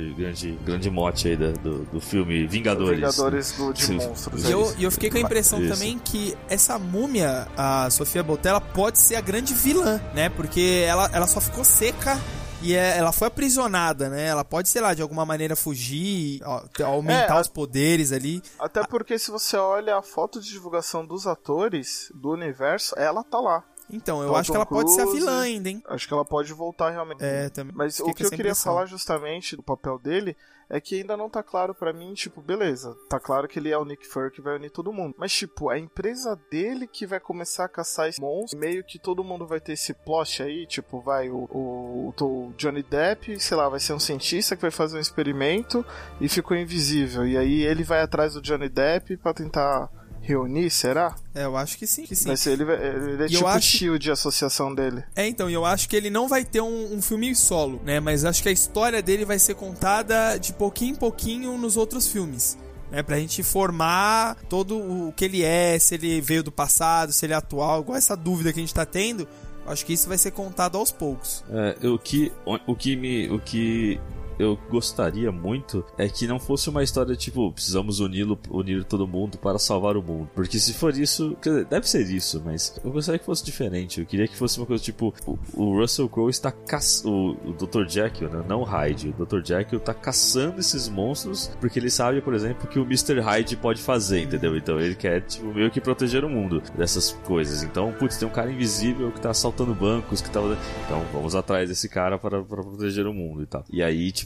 grande mote aí do filme Vingadores. Vingadores de monstros. E eu fiquei com a impressão também que essa múmia, a Sofia Boutella, pode ser a grande vilã, né? Porque ela só ficou seca. E ela foi aprisionada, né? Ela pode, sei lá, de alguma maneira fugir, aumentar os poderes ali. Até porque se você olha a foto de divulgação dos atores do universo, ela tá lá. Então, eu acho que ela pode ser a vilã ainda, hein? Acho que ela pode voltar realmente. Também. Mas o que eu queria falar justamente do papel dele é que ainda não tá claro pra mim, tipo, beleza, tá claro que ele é o Nick Fury que vai unir todo mundo. Mas, tipo, a empresa dele que vai começar a caçar esse monstro, meio que todo mundo vai ter esse plot aí, tipo, vai o Johnny Depp, sei lá, vai ser um cientista que vai fazer um experimento e ficou invisível. E aí ele vai atrás do Johnny Depp pra tentar... reunir, será? Eu acho que sim. Mas ele é tipo o tio de associação dele. Então, eu acho que ele não vai ter um filme solo, né? Mas acho que a história dele vai ser contada de pouquinho em pouquinho nos outros filmes. Né, pra gente formar todo o que ele é, se ele veio do passado, se ele é atual, igual essa dúvida que a gente tá tendo. Acho que isso vai ser contado aos poucos. O que eu gostaria muito é que não fosse uma história tipo, precisamos unir todo mundo para salvar o mundo. Porque se for isso, quer dizer, deve ser isso, mas eu gostaria que fosse diferente. Eu queria que fosse uma coisa tipo, o Russell Crowe está o Dr. Jekyll, né? Não o Hyde. O Dr. Jekyll está caçando esses monstros porque ele sabe, por exemplo, que o Mr. Hyde pode fazer, entendeu? Então ele quer, tipo, meio que proteger o mundo dessas coisas. Então, putz, tem um cara invisível que está assaltando bancos, que tá... Então, vamos atrás desse cara para proteger o mundo e tal. E aí, tipo,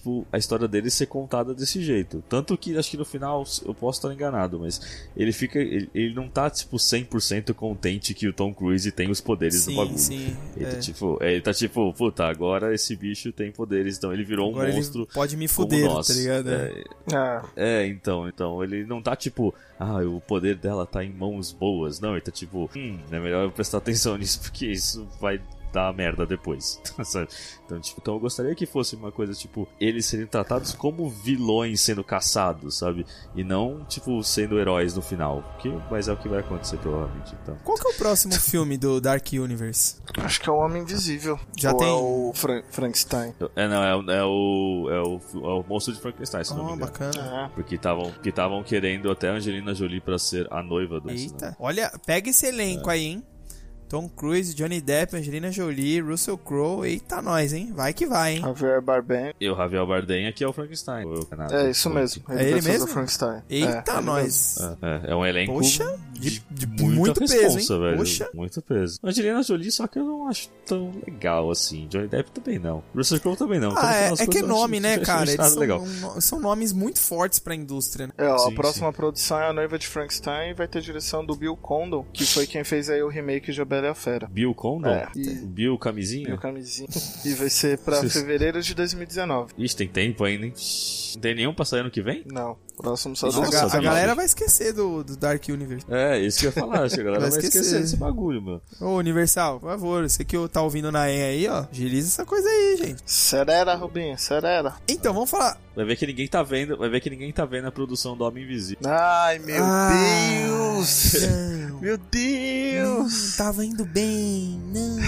tipo, a história dele ser contada desse jeito. Tanto que, acho que no final, eu posso estar enganado, mas ele não tá, tipo, 100% contente que o Tom Cruise tem os poderes do bagulho. Sim, ele tá tipo, puta, agora esse bicho tem poderes, então ele virou agora um monstro. Ele pode me fuder, tá ligado? Então, ele não tá tipo, o poder dela tá em mãos boas. Não, ele tá tipo, é melhor eu prestar atenção nisso, porque isso vai dar merda depois. Então eu gostaria que fosse uma coisa tipo, eles serem tratados como vilões sendo caçados, sabe? E não, tipo, sendo heróis no final. Mas é o que vai acontecer provavelmente. Então. Qual que é o próximo filme do Dark Universe? Acho que é o Homem Invisível. Já tem? É o Frankenstein. É o Monstro de Frankenstein, se não me engano. Bacana. Porque estavam querendo até a Angelina Jolie pra ser a noiva do Eita, olha, pega esse elenco aí, hein? Tom Cruise, Johnny Depp, Angelina Jolie, Russell Crowe, eita nós, hein? Vai que vai, hein? Javier Bardem. E o Javier Bardem aqui é o Frankenstein. É isso mesmo. Ele mesmo? Frankenstein. Eita nós. É um elenco. Poxa, de muito peso, hein? Velho. Poxa. Muito peso. Angelina Jolie, só que eu não acho tão legal assim. Johnny Depp também não. Russell Crowe também não. É que é nome, né, cara? Eles são nomes muito fortes pra indústria, né? A próxima produção é A Noiva de Frankenstein e vai ter direção do Bill Condon, que foi quem fez aí o remake de A Bela e a Fera. Bill Condon? Bill Camisinha? Bill Camisinha. E vai ser pra fevereiro de 2019. Ixi, tem tempo ainda, hein? Não tem nenhum pra sair ano que vem? Não. Próximo só a galera vai esquecer do Dark Universe. Isso que eu ia falar. Acho que a galera vai esquecer desse bagulho, mano. Ô, Universal, por favor, você que tá ouvindo na EN aí, ó, agiliza essa coisa aí, gente. Serera, Rubinho, serera. Então, vamos falar. Vai ver que ninguém tá vendo a produção do Homem Invisível. Ai, meu Deus! Não. Meu Deus! Não tava indo bem, não.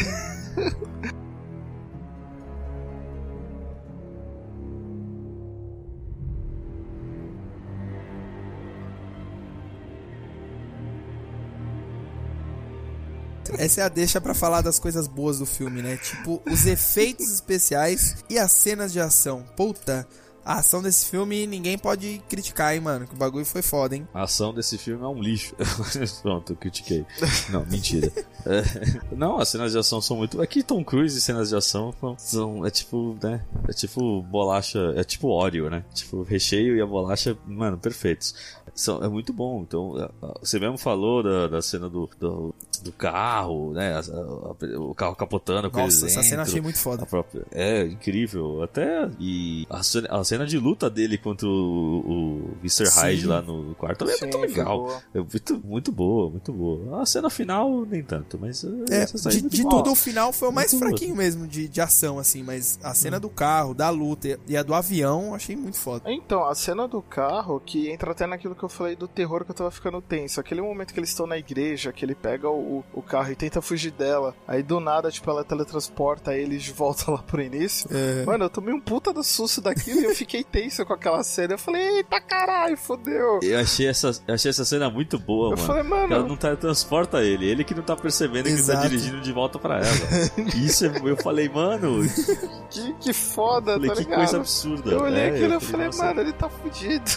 Essa é a deixa pra falar das coisas boas do filme, né? Tipo, os efeitos especiais e as cenas de ação. Puta, a ação desse filme ninguém pode criticar, hein, mano? Que o bagulho foi foda, hein? A ação desse filme é um lixo. Pronto, eu critiquei. Não, mentira. Não, as cenas de ação são muito... Aqui Tom Cruise e cenas de ação são... É tipo, né? É tipo bolacha... É tipo Oreo, né? Tipo, o recheio e a bolacha, mano, perfeitos. É muito bom. Então, você mesmo falou da cena do carro, né? O carro capotando com eles dentro. Nossa, essa cena eu achei muito foda. É incrível. Até... E a cena de luta dele contra o Mr. Hyde lá no quarto também é muito legal. É muito boa, muito boa. A cena final, nem tanto, mas... De tudo, o final foi o mais fraquinho mesmo de ação, assim. Mas a cena do carro, da luta e a do avião, achei muito foda. Então, a cena do carro, que entra até naquilo que eu falei do terror, que eu tava ficando tenso. Aquele momento que eles estão na igreja, que ele pega o carro e tenta fugir dela. Aí do nada, tipo, ela teletransporta eles de volta lá pro início. Mano, eu tomei um puta do susto daquilo e eu fiquei tenso com aquela cena. Eu falei, eita caralho, fodeu. Eu achei essa cena muito boa, mano. Falei, mano. Ela não teletransporta ele que não tá percebendo que ele tá dirigindo de volta pra ela. Isso eu falei, mano. que foda, falei, tá que ligado? coisa absurda. Eu olhei aquilo e falei, mano, ele tá fudido.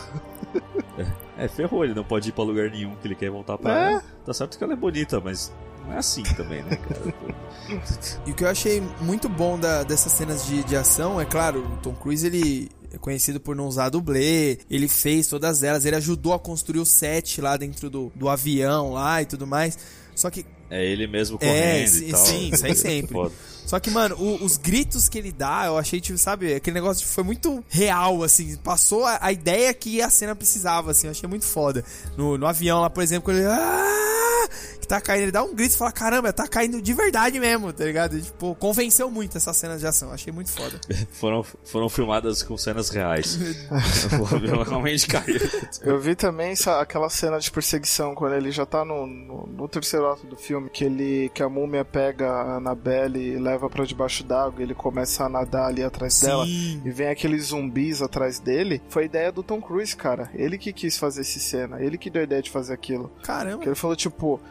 Ferrou, ele não pode ir pra lugar nenhum que ele quer voltar pra ela. Tá certo que ela é bonita, mas não é assim também, né, cara? E o que eu achei muito bom dessas cenas de ação, é claro, o Tom Cruise, ele é conhecido por não usar dublê, ele fez todas elas, ele ajudou a construir o set lá dentro do avião lá e tudo mais, só que... É ele mesmo correndo e tal. Sim, isso aí sempre. Só que, mano, os gritos que ele dá, eu achei, tipo, sabe, aquele negócio foi muito real, assim, passou a ideia que a cena precisava, assim, eu achei muito foda. No avião lá, por exemplo, quando ele... que tá caindo, ele dá um grito e fala, caramba, tá caindo de verdade mesmo, tá ligado? E, tipo, convenceu muito essas cenas de ação, achei muito foda. Foram filmadas com cenas reais. O avião realmente caiu. Eu vi também aquela cena de perseguição, quando ele já tá no terceiro ato do filme, que a múmia pega a Annabelle e leva pra debaixo d'água, ele começa a nadar ali atrás dela, e vem aqueles zumbis atrás dele. Foi a ideia do Tom Cruise, cara. Ele que quis fazer essa cena, ele que deu a ideia de fazer aquilo. Caramba. Porque ele falou, tipo,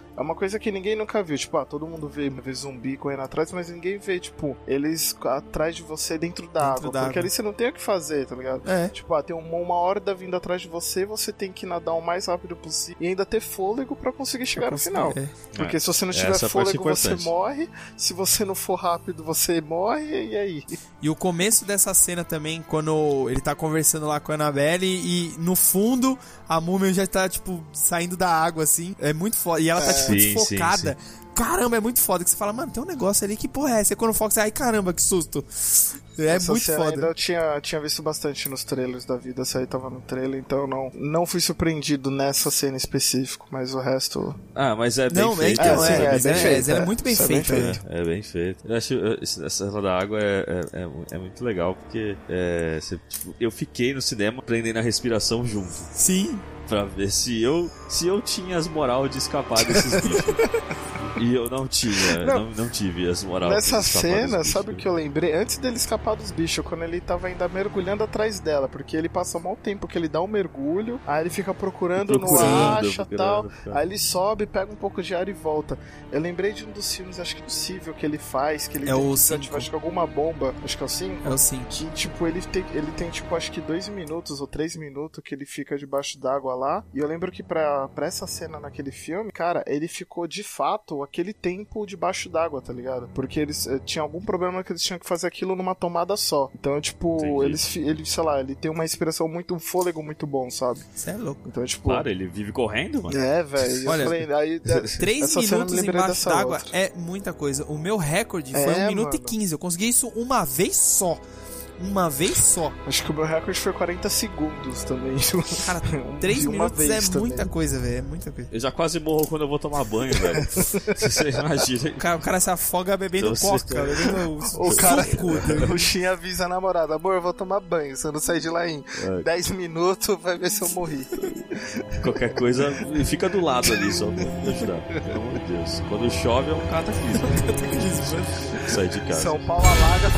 é uma coisa que ninguém nunca viu. Tipo, todo mundo vê zumbi correndo atrás, mas ninguém vê, tipo, eles atrás de você dentro da água. Porque ali você não tem o que fazer, tá ligado? Tipo, tem uma horda vindo atrás de você tem que nadar o mais rápido possível e ainda ter fôlego pra conseguir chegar no final. Porque se você não tiver fôlego, você morre. Se você não for rápido, você morre, e aí? E o começo dessa cena também, quando ele tá conversando lá com a Annabelle e no fundo a múmia já tá, tipo, saindo da água, assim. É muito foda. E ela tá, tipo, desfocada. Sim. Caramba, é muito foda que você fala, mano, tem um negócio ali, que porra é essa? E quando foca, você, ai caramba, que susto. Essa muito foda. Ainda eu tinha visto bastante nos trailers da vida, essa aí tava no trailer, então não fui surpreendido nessa cena específica, mas o resto... mas é bem feito. Ela é muito bem feita. É bem feito. Eu acho essa cena da água é muito legal, porque eu fiquei no cinema prendendo a respiração junto. Sim. Pra ver se eu tinha as moral de escapar desses bichos. E eu não tinha, não tive as moral nessa cena, sabe o que eu lembrei? Antes dele escapar dos bichos, quando ele tava ainda mergulhando atrás dela, porque ele passa um mau tempo que ele dá um mergulho, aí ele fica procurando não acha e tal, aí ele sobe, pega um pouco de ar e volta. Eu lembrei de um dos filmes, acho que possível, que ele faz, que ele acho que alguma bomba, acho que é o 5? É o 5. Que, tipo, ele tem tipo, acho que 2 minutos ou 3 minutos que ele fica debaixo d'água lá, e eu lembro que pra essa cena naquele filme, cara, ele ficou de fato aquele tempo debaixo d'água, tá ligado? Porque eles tinham algum problema que eles tinham que fazer aquilo numa tomada só. Então, tipo, ele, sei lá, ele tem uma inspiração um fôlego muito bom, sabe? Você é louco. Então, tipo... Claro, ele vive correndo, mano. Velho. Olha, 3 minutos embaixo d'água é muita coisa. O meu recorde foi 1 minuto e 15. Eu consegui isso uma vez só. Acho que o meu recorde foi 40 segundos também. Cara, 3 minutos é muita coisa, velho. É muita coisa. Eu já quase morro quando eu vou tomar banho, velho. Você imagina. O cara se afoga bebendo coca, bebendo o cara, o Shin avisa a namorada: amor, eu vou tomar banho. Se eu não sair de lá em 10 minutos, vai ver se eu morri. Qualquer coisa, fica do lado ali só pra me ajudar. Pelo amor de Deus. Quando chove é um cataclismo. Sai de casa. São Paulo alaga.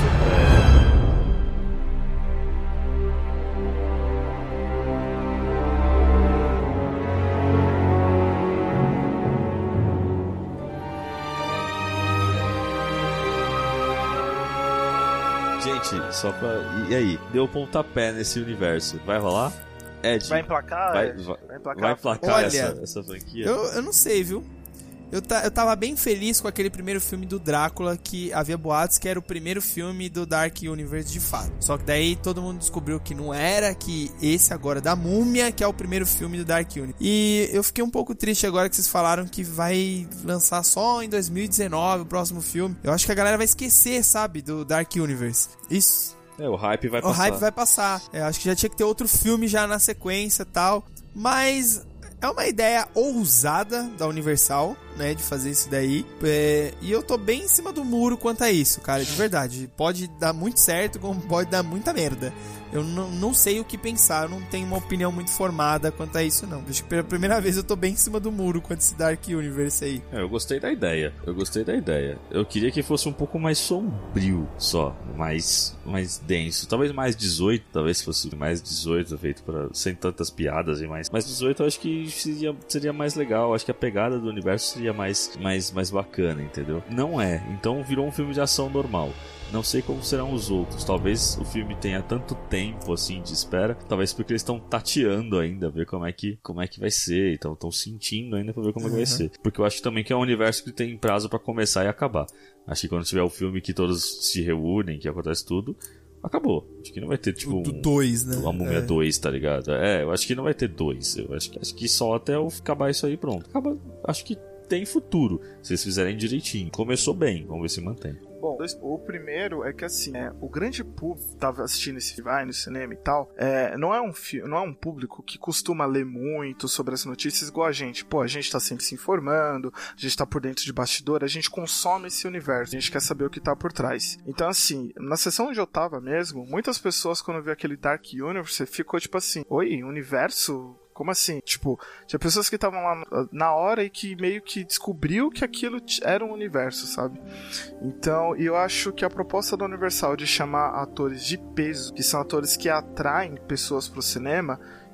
Gente, só pra... E aí? Deu pontapé nesse universo. Vai rolar? Ed? Vai emplacar? Vai emplacar essa franquia? Eu não sei, viu? Eu tava bem feliz com aquele primeiro filme do Drácula, que havia boatos que era o primeiro filme do Dark Universe de fato. Só que daí todo mundo descobriu que não era, que esse agora da Múmia, que é o primeiro filme do Dark Universe. E eu fiquei um pouco triste agora que vocês falaram que vai lançar só em 2019 o próximo filme. Eu acho que a galera vai esquecer, sabe, do Dark Universe. Isso. O hype vai passar. O hype vai passar. Acho que já tinha que ter outro filme já na sequência e tal. Mas... é uma ideia ousada da Universal, né, de fazer isso daí. E eu tô bem em cima do muro quanto a isso, cara, de verdade. Pode dar muito certo, como pode dar muita merda. Eu não sei o que pensar, eu não tenho uma opinião muito formada quanto a isso, não. Acho que pela primeira vez eu tô bem em cima do muro quanto a esse Dark Universe aí. Eu gostei da ideia. Eu queria que fosse um pouco mais sombrio só, mais denso. Talvez mais 18, talvez fosse mais 18 feito sem tantas piadas e mais. Mas 18 eu acho que seria mais legal. Acho que a pegada do universo seria mais bacana, entendeu? Não é. Então virou um filme de ação normal. Não sei como serão os outros. Talvez o filme tenha tanto tempo assim de espera. Talvez porque eles estão tateando ainda, ver como é que vai ser. Então estão sentindo ainda pra ver como é que vai ser. Porque eu acho também que é um universo que tem prazo pra começar e acabar. Acho que quando tiver o filme que todos se reúnem, que acontece tudo, acabou. Acho que não vai ter tipo do 2, né? A Múmia 2, tá ligado? Eu acho que não vai ter 2. Eu acho que só até eu acabar isso aí, pronto. Acaba, acho que tem futuro, se eles fizerem direitinho. Começou bem, vamos ver se mantém. Bom, o primeiro é que assim, o grande público que tava assistindo esse filme no cinema e tal, não é um público que costuma ler muito sobre as notícias igual a gente. Pô, a gente tá sempre se informando, a gente tá por dentro de bastidor, a gente consome esse universo, a gente quer saber o que tá por trás. Então assim, na sessão onde eu tava mesmo, muitas pessoas quando viu aquele Dark Universe, ficou tipo assim, oi, universo? Como assim? Tipo, tinha pessoas que estavam lá na hora e que meio que descobriu que aquilo era um universo, sabe? Então, eu acho que a proposta da Universal de chamar atores de peso, que são atores que atraem pessoas pro cinema,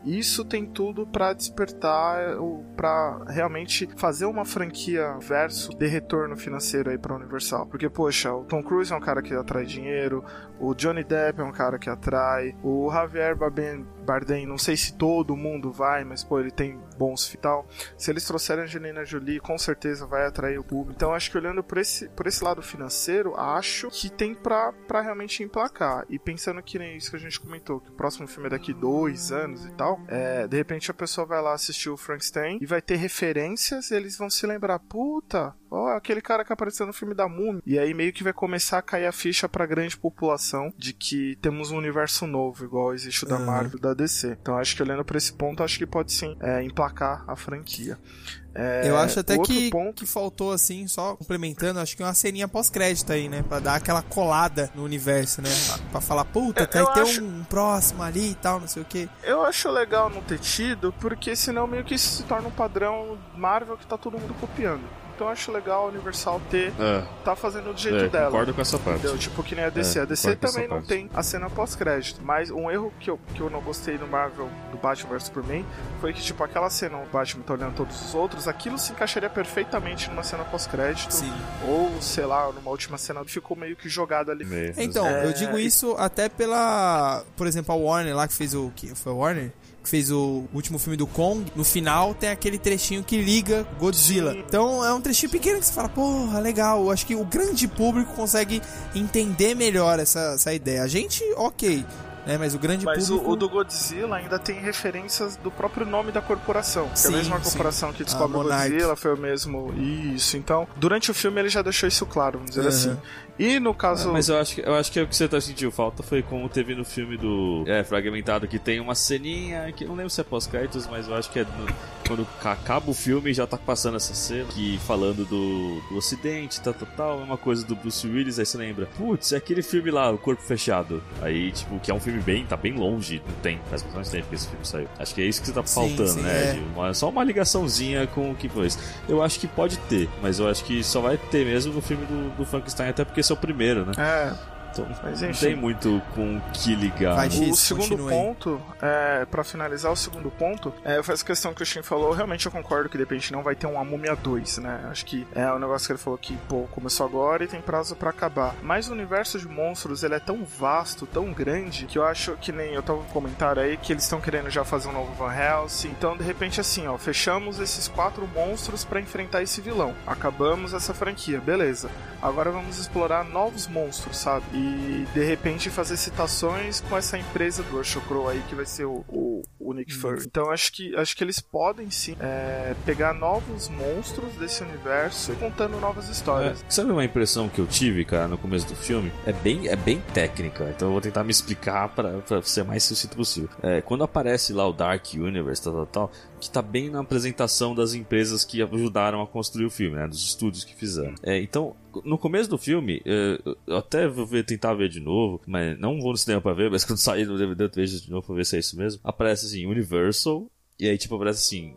isso tem tudo pra despertar, pra realmente fazer uma franquia verso de retorno financeiro aí pra Universal. Porque, poxa, o Tom Cruise é um cara que atrai dinheiro, o Johnny Depp é um cara que atrai, o Javier Bardem, não sei se todo mundo vai, mas pô, ele tem bons e tal. Se eles trouxerem a Angelina Jolie, com certeza vai atrair o público. Então acho que olhando por esse lado financeiro, acho que tem pra realmente emplacar. E pensando que nem isso que a gente comentou, que o próximo filme é daqui 2 anos e tal, de repente a pessoa vai lá assistir o Frankenstein e vai ter referências e eles vão se lembrar, puta, ó, aquele cara que apareceu no filme da Múmia. E aí meio que vai começar a cair a ficha pra grande população de que temos um universo novo, igual existe o da Marvel e da DC. Então acho que olhando pra esse ponto, acho que pode sim emplacar a franquia. Eu acho até que faltou, assim, só complementando, acho que uma ceninha pós-crédito aí, né? Pra dar aquela colada no universo, né? Pra falar, puta, vai ter um próximo ali e tal, não sei o quê. Eu acho legal não ter tido, porque senão meio que isso se torna um padrão Marvel que tá todo mundo copiando. Então eu acho legal a Universal tá fazendo do jeito dela. Concordo com essa parte. Entendeu? Tipo que nem a DC. A DC também não tem a cena pós-crédito. Mas um erro que eu não gostei no Marvel, do Batman vs Superman, foi que tipo aquela cena, o Batman tá olhando todos os outros, aquilo se encaixaria perfeitamente numa cena pós-crédito. Sim. Ou, sei lá, numa última cena ficou meio que jogado ali. Então, eu digo isso até pela... Por exemplo, a Warner lá que fez o... Foi a Warner? Que fez o último filme do Kong, no final tem aquele trechinho que liga Godzilla. Sim. Então é um trechinho pequeno que você fala, porra, legal. Eu acho que o grande público consegue entender melhor essa ideia. A gente, ok, né? Mas o grande público... Mas o do Godzilla ainda tem referências do próprio nome da corporação. Sim, é a mesma corporação que descobre o Godzilla, foi o mesmo... Isso, então, durante o filme ele já deixou isso claro, vamos dizer assim. E no caso... Mas eu acho que o que você sentiu falta foi como teve no filme do Fragmentado, que tem uma ceninha, que eu não lembro se é pós-créditos, mas eu acho que é quando acaba o filme já tá passando essa cena, que falando do acidente, tal, é uma coisa do Bruce Willis, aí você lembra, putz, é aquele filme lá, O Corpo Fechado. Aí, tipo, que é um filme tá bem longe, não tem, faz bastante tempo que esse filme saiu. Acho que é isso que você tá faltando, né? Só uma ligaçãozinha com o que foi isso. Eu acho que pode ter, mas eu acho que só vai ter mesmo no filme do Frankenstein, até porque esse é o primeiro, né? Então, mas, não tem muito com o que ligar. O segundo ponto, pra finalizar o segundo ponto, foi essa questão que o Shin falou, realmente eu concordo que de repente não vai ter uma Múmia 2, né? Acho que é um negócio que ele falou que, começou agora e tem prazo pra acabar. Mas o universo de monstros, ele é tão vasto, tão grande, que eu acho que nem eu tava no comentário aí, que eles estão querendo já fazer um novo Van Helsing. Então, de repente, assim, fechamos esses 4 monstros pra enfrentar esse vilão. Acabamos essa franquia, beleza. Agora vamos explorar novos monstros, sabe? E de repente fazer citações com essa empresa do Russell Crowe aí que vai ser o Nick Fury. Então acho que eles podem sim pegar novos monstros desse universo e contando novas histórias. Sabe uma impressão que eu tive, cara, no começo do filme? É bem técnica, então eu vou tentar me explicar pra ser mais sucinto possível. Quando aparece lá o Dark Universe, tal, que tá bem na apresentação das empresas que ajudaram a construir o filme, né? Dos estúdios que fizeram. Então, no começo do filme, eu até vou tentar ver de novo, mas não vou no cinema pra ver, mas quando sair no DVD eu vejo de novo pra ver se é isso mesmo. Aparece assim, Universal, e aí tipo aparece assim,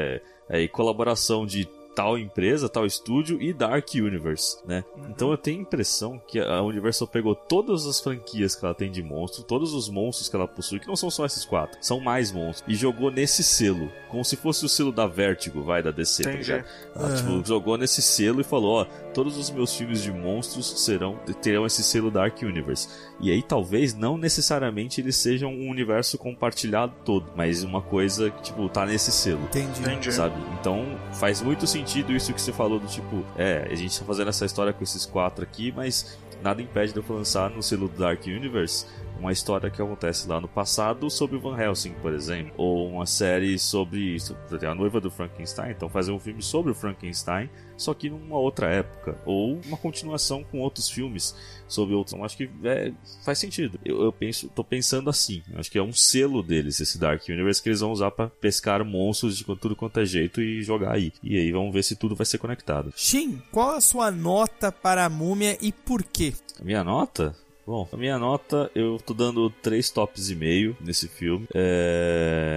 colaboração de tal empresa, tal estúdio e Dark Universe, né? Então eu tenho a impressão que a Universal pegou todas as franquias que ela tem de monstro, todos os monstros que ela possui, que não são só esses 4, são mais monstros, e jogou nesse selo, como se fosse o selo da Vertigo, da DC, tá ligado? Ela jogou nesse selo e falou, todos os meus filmes de monstros terão esse selo Dark Universe. E aí talvez não necessariamente eles sejam um universo compartilhado todo, mas uma coisa que, tipo, tá nesse selo. Entendi. Sabe? Então faz muito sentido isso que você falou do tipo, a gente tá fazendo essa história com esses 4 aqui, mas nada impede de eu lançar no selo do Dark Universe uma história que acontece lá no passado sobre o Van Helsing, por exemplo, ou uma série sobre a noiva do Frankenstein, então fazer um filme sobre o Frankenstein, só que numa outra época, ou uma continuação com outros filmes sobre outros. Então, acho que faz sentido. Eu tô pensando assim, acho que é um selo deles, esse Dark Universe, que eles vão usar pra pescar monstros de tudo quanto é jeito e jogar aí. E aí vamos ver se tudo vai ser conectado. Shin, qual a sua nota para a Múmia e por quê? A minha nota? Bom, a minha nota, eu tô dando 3 tops e meio nesse filme.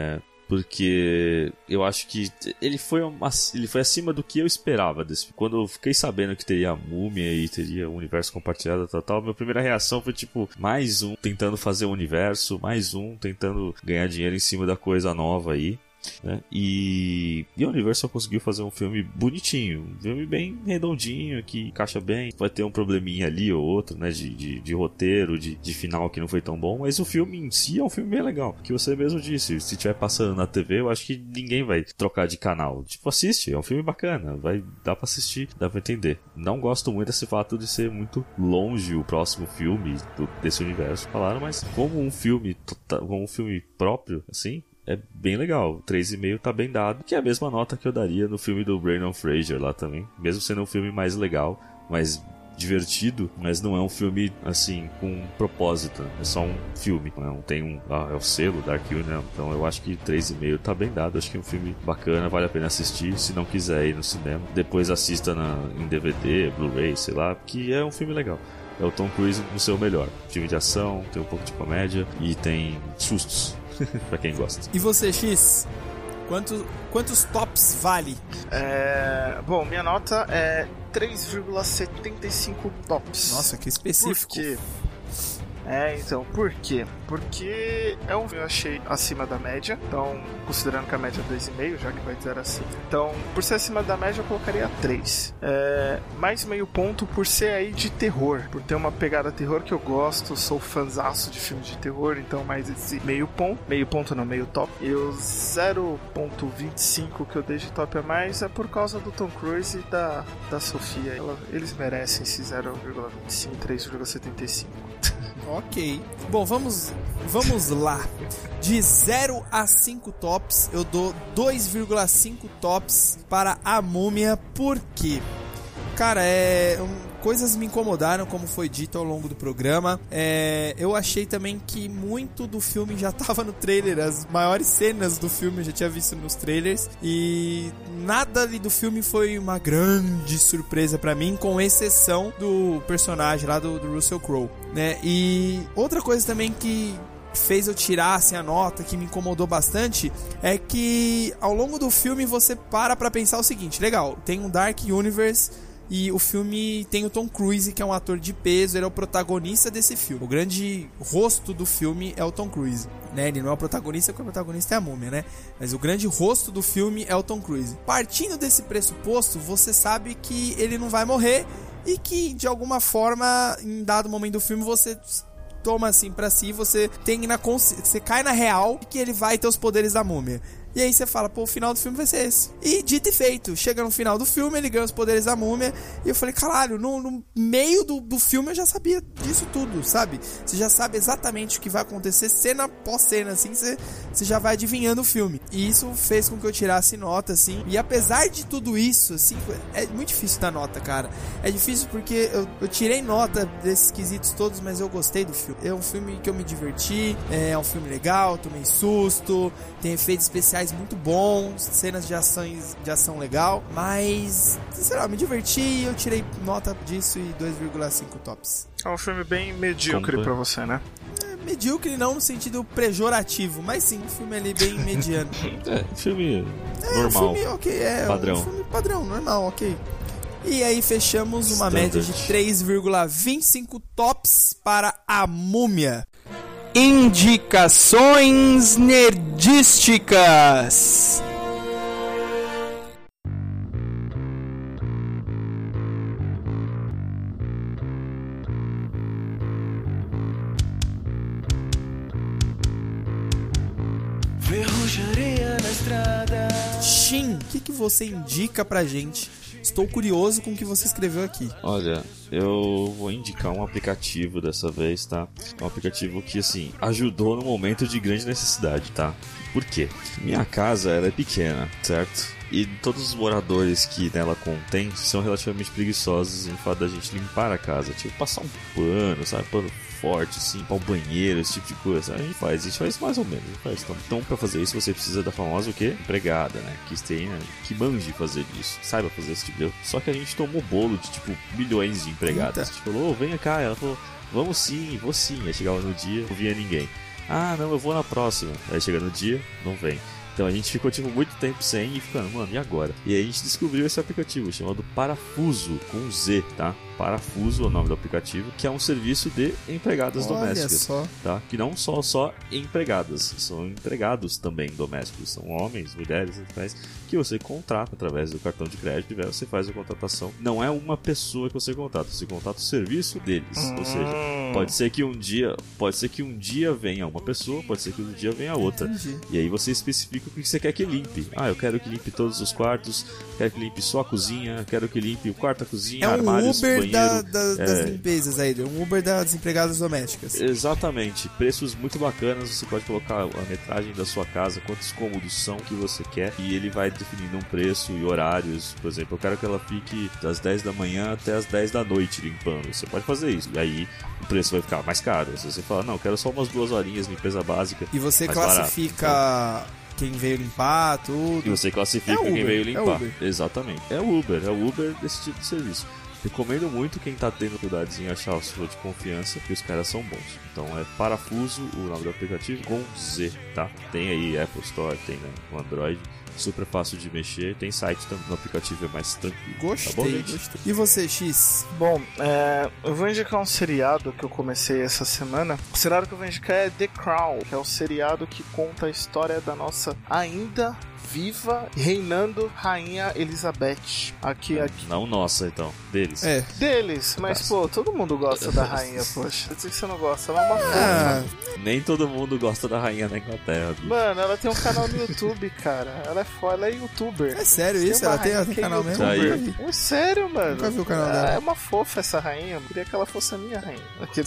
porque eu acho que ele foi acima do que eu esperava desse filme. Quando eu fiquei sabendo que teria a Múmia e teria o universo compartilhado tal, minha primeira reação foi tipo, mais um tentando fazer o universo, mais um tentando ganhar dinheiro em cima da coisa nova aí. Né? E a Universal conseguiu fazer um filme bonitinho, um filme bem redondinho, que encaixa bem. Vai ter um probleminha ali ou outro, né? De roteiro, de final que não foi tão bom, mas o filme em si é um filme bem legal. Que você mesmo disse, se estiver passando na TV, eu acho que ninguém vai trocar de canal. Tipo, assiste, é um filme bacana, dá pra assistir, dá pra entender. Não gosto muito desse fato de ser muito longe o próximo filme desse universo, falaram, mas como um filme próprio, assim, é bem legal. 3,5 tá bem dado, que é a mesma nota que eu daria no filme do Brendan Fraser lá também, mesmo sendo um filme mais legal, mais divertido, mas não é um filme assim com propósito, é só um filme, não tem é o selo Dark Union, então eu acho que 3,5 tá bem dado, acho que é um filme bacana, vale a pena assistir, se não quiser ir no cinema, depois assista em DVD, Blu-ray, sei lá, que é um filme legal. É o Tom Cruise no seu melhor. Filme de ação, tem um pouco de comédia e tem sustos. Pra quem gosta. E você, X? Quantos tops vale? Bom, minha nota é 3,75 tops. Nossa, que específico. Por quê? Então, por quê? Porque é um filme que eu achei acima da média, então, considerando que a média é 2,5, já que vai de 0 a 5. Então, por ser acima da média, eu colocaria 3. Mais meio ponto por ser aí de terror, por ter uma pegada terror que eu gosto, sou fãzaço de filmes de terror, então mais esse meio ponto não, meio top. E o 0,25 que eu dei de top a mais é por causa do Tom Cruise e da Sofia. Eles merecem esse 0,25, 3,75. Ok. Bom, vamos lá. De 0 a 5 tops, eu dou 2,5 tops para a Múmia. Por quê? Cara, coisas me incomodaram, como foi dito ao longo do programa. Eu achei também que muito do filme já tava no trailer. As maiores cenas do filme eu já tinha visto nos trailers. E nada ali do filme foi uma grande surpresa pra mim, com exceção do personagem lá do Russell Crowe, né? E outra coisa também que fez eu tirar assim, a nota, que me incomodou bastante, é que ao longo do filme você para pra pensar o seguinte: legal, tem um Dark Universe e o filme tem o Tom Cruise, que é um ator de peso, ele é o protagonista desse filme. O grande rosto do filme é o Tom Cruise, né? Ele não é o protagonista, porque o protagonista é a Múmia, né? Mas o grande rosto do filme é o Tom Cruise. Partindo desse pressuposto, você sabe que ele não vai morrer e que, de alguma forma, em dado momento do filme, você toma assim pra si, você cai na real que ele vai ter os poderes da Múmia. E aí você fala, pô, o final do filme vai ser esse. E dito e feito, chega no final do filme, ele ganha os poderes da Múmia. E eu falei, caralho, no meio do filme eu já sabia disso tudo, sabe? Você já sabe exatamente o que vai acontecer, cena após cena, assim, você já vai adivinhando o filme. E isso fez com que eu tirasse nota, assim. E apesar de tudo isso, assim, é muito difícil dar nota, cara. É difícil porque eu tirei nota desses quesitos todos, mas eu gostei do filme. É um filme que eu me diverti, é um filme legal, tomei susto, tem efeitos especiais muito bons, cenas de ação legal, mas, sei lá, me diverti, eu tirei nota disso e 2,5 tops. É um filme bem medíocre pra você, né? Medíocre não no sentido pejorativo, mas sim, um filme ali bem mediano. Filme normal. Um filme, ok, padrão. Um filme padrão, normal, ok. E aí fechamos uma média de 3,25 tops para a Múmia. Indicações nerdísticas. Ferrujaria na estrada. Shin, o que você indica pra gente? Estou curioso com o que você escreveu aqui. Olha, eu vou indicar um aplicativo dessa vez, tá? Um aplicativo que, assim, ajudou no momento de grande necessidade, tá? Por quê? Minha casa, ela é pequena, certo? E todos os moradores que nela contém são relativamente preguiçosos em fato da gente limpar a casa. Tipo, passar um pano, sabe? Pano forte, assim, para o banheiro, esse tipo de coisa. A gente faz mais ou menos. Então, para fazer isso, você precisa da famosa, o quê? Empregada, né? Que manje fazer isso, saiba fazer esse tipo de... Só que a gente tomou bolo de, tipo, milhões de empregadas. A gente falou, venha cá. Ela falou, vamos sim, vou sim. Aí chegava no dia, não via ninguém. Ah, não, eu vou na próxima. Aí chega no dia, não vem. Então a gente ficou tipo muito tempo sem e ficando, mano, e agora? E aí a gente descobriu esse aplicativo chamado Parafuso, com Z, tá? Parafuso é o nome do aplicativo, que é um serviço de empregadas domésticas, só. Tá? Que não só empregadas, são empregados também domésticos, são homens, mulheres, que você contrata através do cartão de crédito, você faz a contratação. Não é uma pessoa que você contrata o serviço deles. Ou seja, pode ser que um dia venha uma pessoa, pode ser que um dia venha outra. Entendi. E aí você especifica o que você quer que limpe. Eu quero que limpe todos os quartos, quero que limpe só a cozinha, quero que limpe o quarto, a cozinha, armários, Uber banheiro. das limpezas aí, um Uber das empregadas domésticas. Exatamente, preços muito bacanas. Você pode colocar a metragem da sua casa, quantos cômodos são que você quer, e ele vai definindo um preço e horários. Por exemplo, eu quero que ela fique das 10 da manhã até as 10 da noite limpando. Você pode fazer isso, e aí o preço vai ficar mais caro. Se você falar, não, eu quero só umas 2 horinhas, limpeza básica. E você classifica barato, quem veio limpar, tudo. E você classifica Uber, quem veio limpar. Uber. Exatamente. É o Uber desse tipo de serviço. Recomendo muito quem tá tendo dificuldades em achar o sua de confiança, porque os caras são bons. Então é Parafuso, o nome do aplicativo, com Z, tá? Tem aí Apple Store, tem no Android, super fácil de mexer. Tem site também, no aplicativo é mais tranquilo. Gostei, tá bom, gente? gostei. E você, X? Bom, eu vou indicar um seriado que eu comecei essa semana. O seriado que eu vou indicar é The Crown, que é o seriado que conta a história da nossa ainda viva, reinando Rainha Elizabeth. Aqui. Não nossa, então. Deles. É. Deles, mas pô, todo mundo gosta da rainha, poxa. Eu sei que você não gosta, ela é uma fofa. Nem todo mundo gosta da rainha da Inglaterra, bicho. Mano, ela tem um canal no YouTube, cara. Ela é foda, ela é youtuber. É sério isso? Ela tem canal mesmo? Aí. É sério, mano. Nunca vi o canal dela. É uma fofa essa rainha. Eu queria que ela fosse a minha rainha.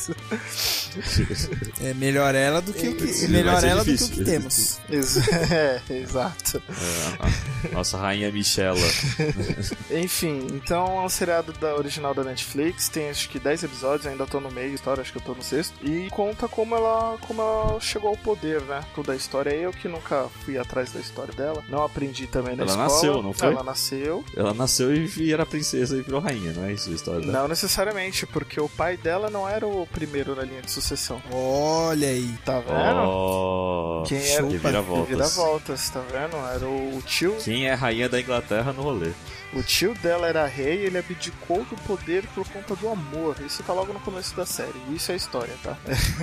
É melhor ela do que o que, melhor ela do que o que temos. Exato. Nossa rainha Michela. Enfim, então é um seriado original da Netflix. Tem acho que 10 episódios, ainda tô no meio, história, acho que eu tô no 6º. E conta como ela chegou ao poder, né? Toda a história. Eu que nunca fui atrás da história dela. Não aprendi também na escola. Ela nasceu, não foi? Ela nasceu e era princesa e virou rainha, não é isso a história dela? Não necessariamente, porque o pai dela não era o primeiro na linha de sucessão. Olha aí. Tá vendo? Oh, quem era Reviravoltas, tá vendo? Era o tio. Quem é rainha da Inglaterra no rolê? O tio dela era rei e ele abdicou do poder por conta do amor. Isso tá logo no começo da série. Isso é a história, tá?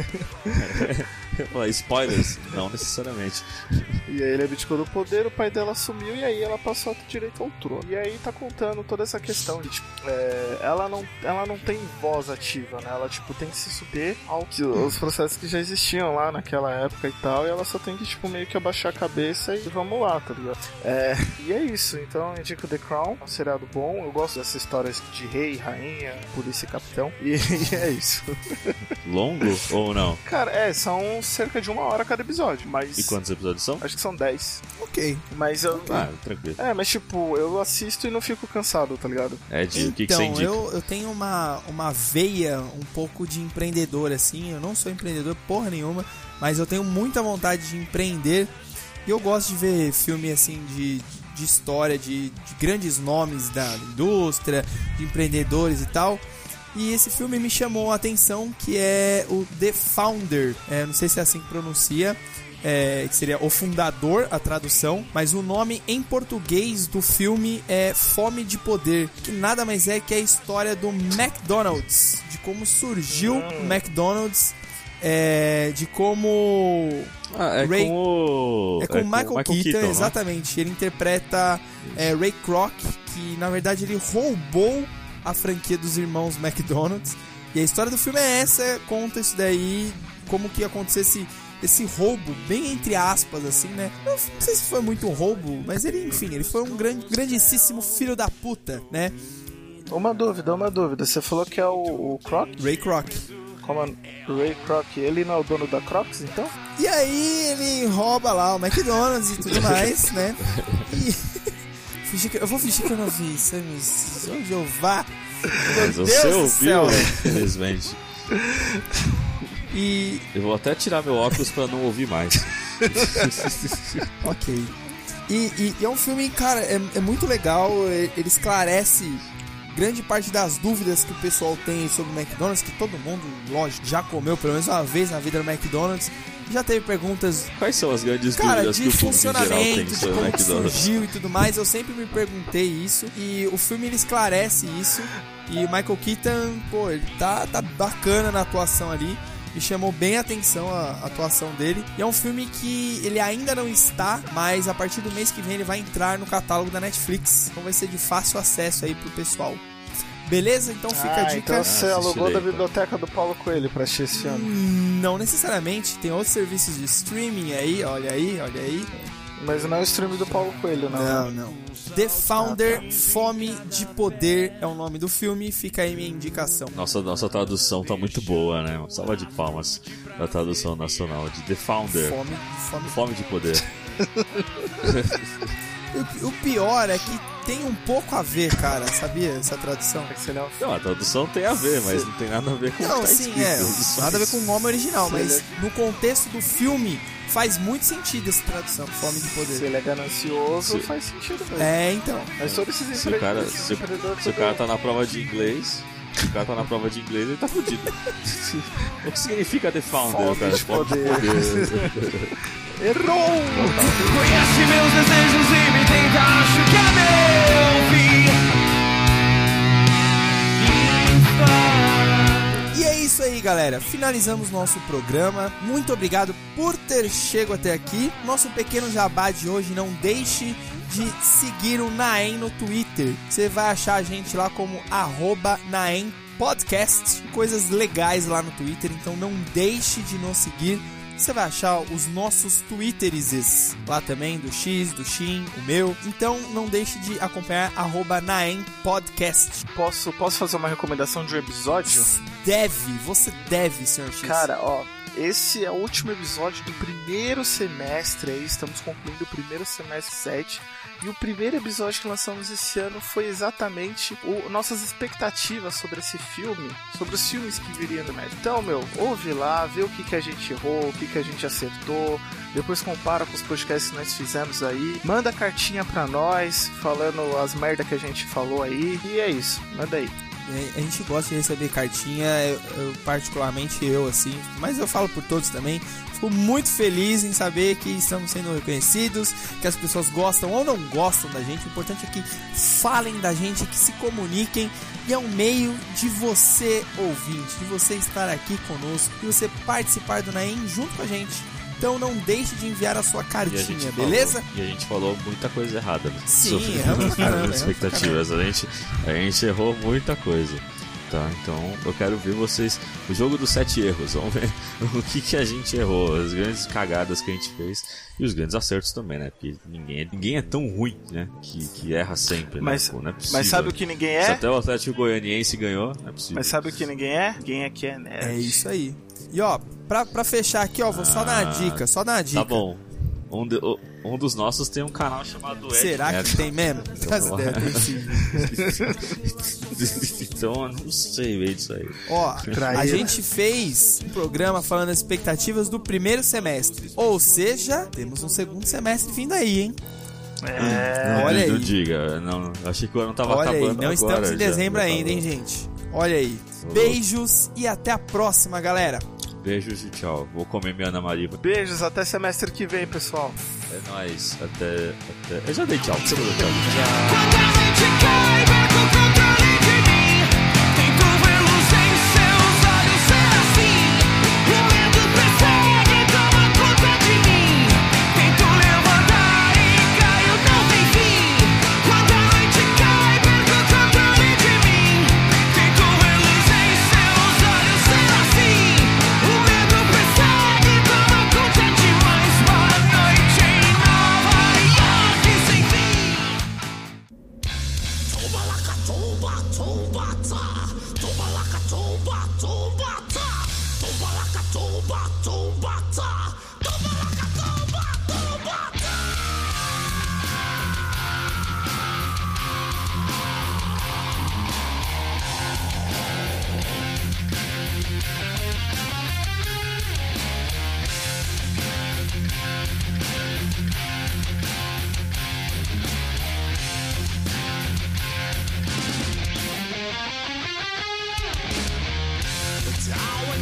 Spoilers? Não necessariamente. E aí ele abdicou do poder, o pai dela assumiu e aí ela passou a ter direito ao trono. E aí tá contando toda essa questão de, tipo, ela não tem voz ativa, né? Ela, tipo, tem que se submeter aos processos que já existiam lá naquela época e tal, e ela só tem que, tipo, meio que abaixar a cabeça e vamos lá, tá ligado? E é isso. Então eu indico The Crown, um seriado bom. Eu gosto dessas histórias de rei, rainha, polícia e capitão. E é isso. Longo ou não? Cara, são cerca de 1 hora cada episódio, mas... E quantos episódios são? Acho que são 10. Ok. Mas eu... tranquilo. mas tipo, eu assisto e não fico cansado, tá ligado? O que você indica? Eu tenho uma veia um pouco de empreendedor, assim. Eu não sou empreendedor porra nenhuma, mas eu tenho muita vontade de empreender. E eu gosto de ver filme, assim, de história, de grandes nomes da indústria, de empreendedores e tal. E esse filme me chamou a atenção, que é o The Founder. Não sei se é assim que pronuncia, que seria O Fundador, a tradução. Mas o nome em português do filme é Fome de Poder, que nada mais é que a história do McDonald's, de como surgiu o McDonald's, de como... com o Michael Keaton, exatamente. Né? Ele interpreta Ray Kroc, que na verdade ele roubou a franquia dos irmãos McDonald's. E a história do filme é essa, conta isso daí, como que aconteceu esse roubo, bem entre aspas, assim, né? Não sei se foi muito um roubo, mas ele, enfim, ele foi um grandíssimo filho da puta, né? Uma dúvida. Você falou que é o Kroc? Ray Kroc. Como Ray Kroc, ele não é o dono da Crocs, então? E aí ele rouba lá o McDonald's e tudo mais, né? E... eu vou fingir que eu não vi isso, onde eu vá. Mas você ouviu, infelizmente. E... eu vou até tirar meu óculos pra não ouvir mais. Ok. E é um filme, cara, é muito legal. Ele esclarece grande parte das dúvidas que o pessoal tem sobre o McDonald's, que todo mundo, lógico, já comeu pelo menos uma vez na vida no McDonald's, já teve perguntas... Quais são as grandes dúvidas de que o público em geral tem funcionamento, de sobre o como McDonald's? surgiu e tudo mais, eu sempre me perguntei isso, e o filme ele esclarece isso, e o Michael Keaton, pô, ele tá bacana na atuação ali, e chamou bem a atenção a atuação dele. E é um filme que ele ainda não está, mas a partir do mês que vem ele vai entrar no catálogo da Netflix. Então vai ser de fácil acesso aí pro pessoal. Beleza? Então fica a dica. Então você alugou da biblioteca do Paulo Coelho pra assistir esse ano? Não necessariamente. Tem outros serviços de streaming aí, olha aí. Mas não é o stream do Paulo Coelho, não. Não. The Founder, Fome de Poder é o nome do filme, fica aí minha indicação. Nossa tradução tá muito boa, né? Uma salva de palmas da tradução nacional de The Founder. Fome de Poder. O pior é que tem um pouco a ver, cara, sabia? Essa tradução. Não, a tradução tem a ver, mas não tem nada a ver com o que tá escrito. Nada a ver com o nome original, mas no contexto do filme faz muito sentido essa tradução, Fome de Poder. Se ele é ganancioso, faz sentido mesmo. Então. Mas todos esses se o cara tá na prova de inglês... Se o cara tá na prova de inglês, ele tá fudido. O que significa The Founder, cara? Fome de poder. Errou! Conhece meus desejos e me tenta, acho que é meu fim. E é isso aí, galera. Finalizamos nosso programa. Muito obrigado por ter chegado até aqui. Nosso pequeno jabá de hoje, não deixe de seguir o Naem no Twitter. Você vai achar a gente lá como @NaemPodcast. Coisas legais lá no Twitter, então não deixe de nos seguir. Você vai achar os nossos Twitteres lá também, do X, do Shin, o meu. Então não deixe de acompanhar @NaemPodcast. Posso fazer uma recomendação de um episódio? Você deve, Sr. X. Cara, esse é o último episódio do primeiro semestre aí, estamos concluindo o primeiro semestre 7. E o primeiro episódio que lançamos esse ano foi exatamente nossas expectativas sobre esse filme, sobre os filmes que viriam do médio. Então, ouve lá, vê o que a gente errou, o que a gente acertou, depois compara com os podcasts que nós fizemos aí, manda cartinha pra nós, falando as merda que a gente falou aí, e é isso, manda aí. A gente gosta de receber cartinha, eu particularmente assim, mas eu falo por todos também. Fico muito feliz em saber que estamos sendo reconhecidos, que as pessoas gostam ou não gostam da gente. O importante é que falem da gente, que se comuniquem. E é um meio de você, ouvinte, de você estar aqui conosco, de você participar do Naem junto com a gente. Então não deixe de enviar a sua cartinha, beleza? E a gente falou muita coisa errada, né? Sim, erramos caramba. Expectativas. A gente errou muita coisa. Tá, então eu quero ver vocês. O jogo dos 7 erros. Vamos ver o que a gente errou, as grandes cagadas que a gente fez e os grandes acertos também, né? Porque ninguém é tão ruim, né? Que erra sempre, mas, né? Pô, não é possível. Mas sabe o que ninguém é? Se até o Atlético Goianiense ganhou, não é possível. Mas sabe o que ninguém é? Ninguém aqui é nerd. É isso aí. E pra fechar aqui, vou só dar uma dica, Tá bom. Um dos nossos tem um canal chamado Ed. Será Nerd. que tem mesmo? Então eu não sei ver isso aí. A gente fez um programa falando das expectativas do primeiro semestre. Ou seja, temos um segundo semestre vindo aí, hein? Olha aí. Não diga, não, achei que o ano tava acabando. Olha aí, não estamos em dezembro ainda, hein, gente? Olha aí. Beijos e até a próxima, galera. Beijos e tchau. Vou comer minha Ana Maria. Beijos, até semestre que vem, pessoal. É nóis. Até... Eu já dei tchau. Você não deu tchau. Quando a mente cai, perco o controle de mim. Tento ver luz em seus olhos, ser assim. O medo persegue, toma conta de mim. Tento levantar e caio, não tem fim. Quando a noite cai, perco o controle de mim. Tento ver luz em seus olhos, ser assim. O medo persegue, toma conta demais. Boa noite em Nova York sem fim.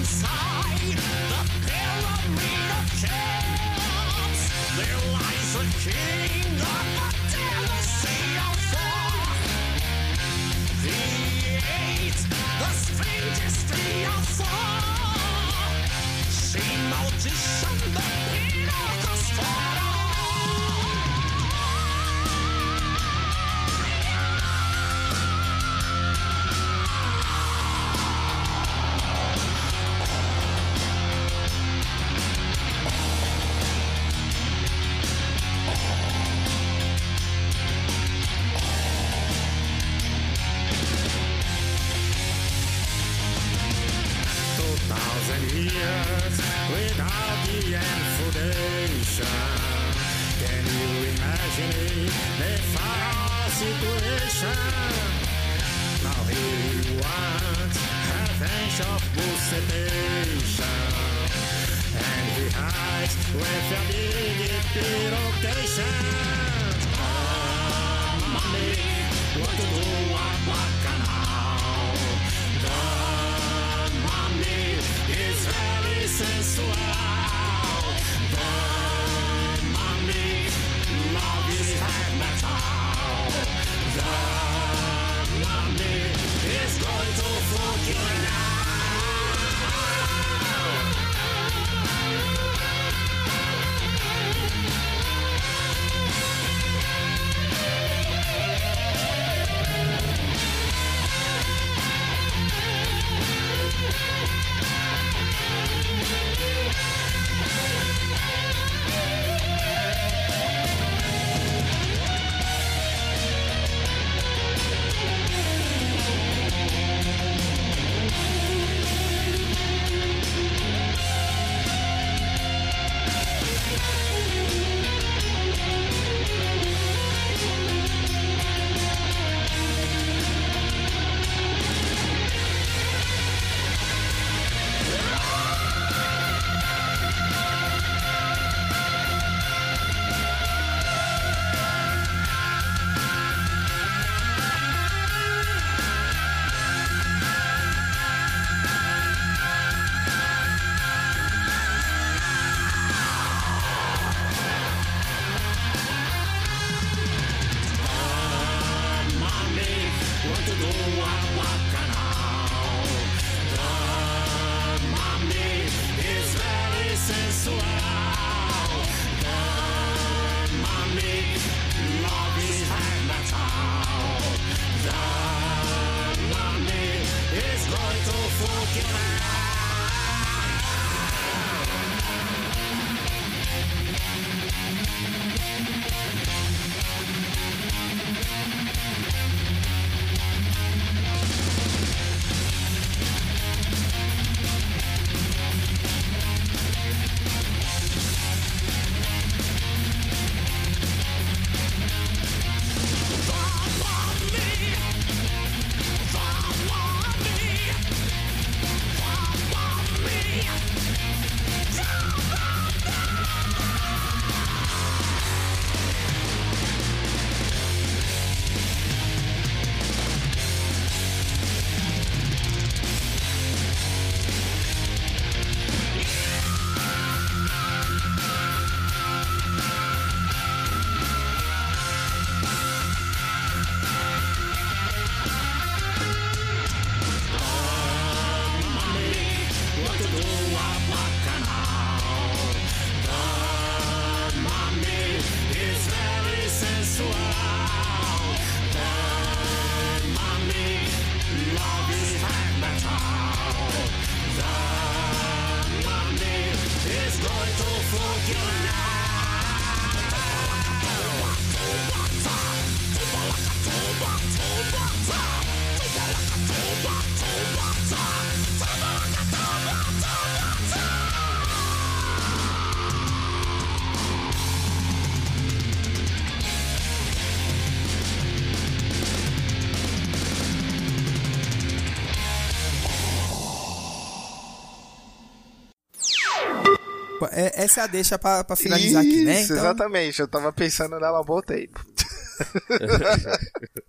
Essa é a deixa pra finalizar aqui, né? Isso, então... exatamente. Eu tava pensando nela há um bom tempo.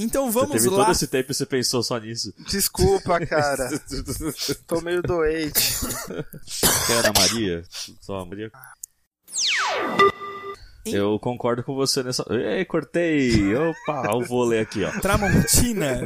Então vamos teve lá. Todo esse tempo você pensou só nisso. Desculpa, cara. Tô meio doente. Quer Ana Maria? Só a Maria. Eu concordo com você nessa... Ei, cortei! Opa, eu vou ler aqui, ó. Tramontina.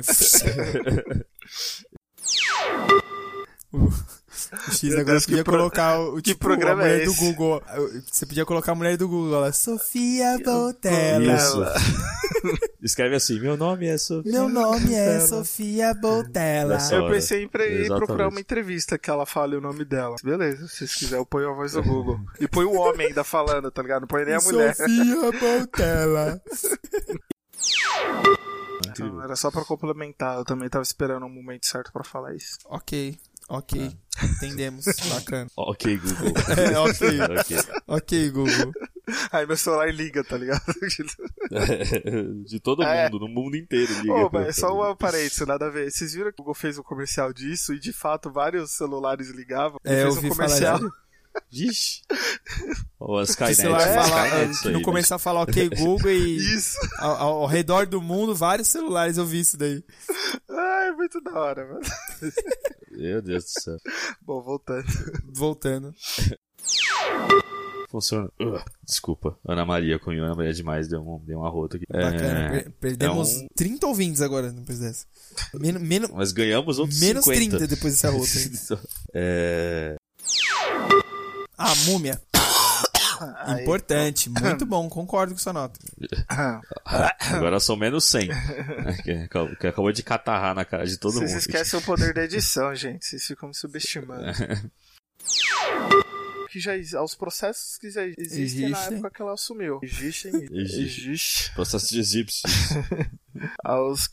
O X agora podia colocar o tipo, programa a mulher é do esse? Google. Você podia colocar a mulher do Google, ela, Sofia Boutella. Isso. Escreve assim, meu nome é Sofia. Meu nome é Sofia Boutella. Nessa Eu hora. pensei em Exatamente. procurar uma entrevista que ela fale o nome dela. Beleza, se vocês quiserem, eu ponho a voz do Google. E põe o homem ainda falando, tá ligado? Não põe nem a mulher. Sofia Boutella. Então, era só pra complementar, eu também tava esperando um momento certo pra falar isso. Ok, entendemos, bacana. Ok, Google. Ok. Ok, Google. Aí meu celular liga, tá ligado? De todo mundo, no mundo inteiro liga. Ô, mas é só uma parênteses, nada a ver. Vocês viram que o Google fez um comercial disso e de fato vários celulares ligavam? Ele Eu fez um ouvi comercial. falar. Vixe. Ou as Se Skynet. você vai falar, Skynet, isso aí, não começar a falar ok Google e Isso. ao redor do mundo, vários celulares eu vi isso daí. Ai, muito da hora, mano. Meu Deus do céu. Bom, Voltando. Funciona. Desculpa. Ana Maria com Ana Maria demais, deu um arroto aqui. Bacana. Perdemos 30 ouvintes agora depois dessa. Mas ganhamos outros menos 50. 30 depois desse arroto aí. Ah, múmia. Importante, muito bom, concordo com sua nota. Agora são menos 100. Que acabou de catarrar na cara de todo Vocês mundo. esquecem o poder da edição, gente. Vocês ficam me subestimando. Que os processos que já existem na época que ela assumiu. Existe. Processo de egípcio.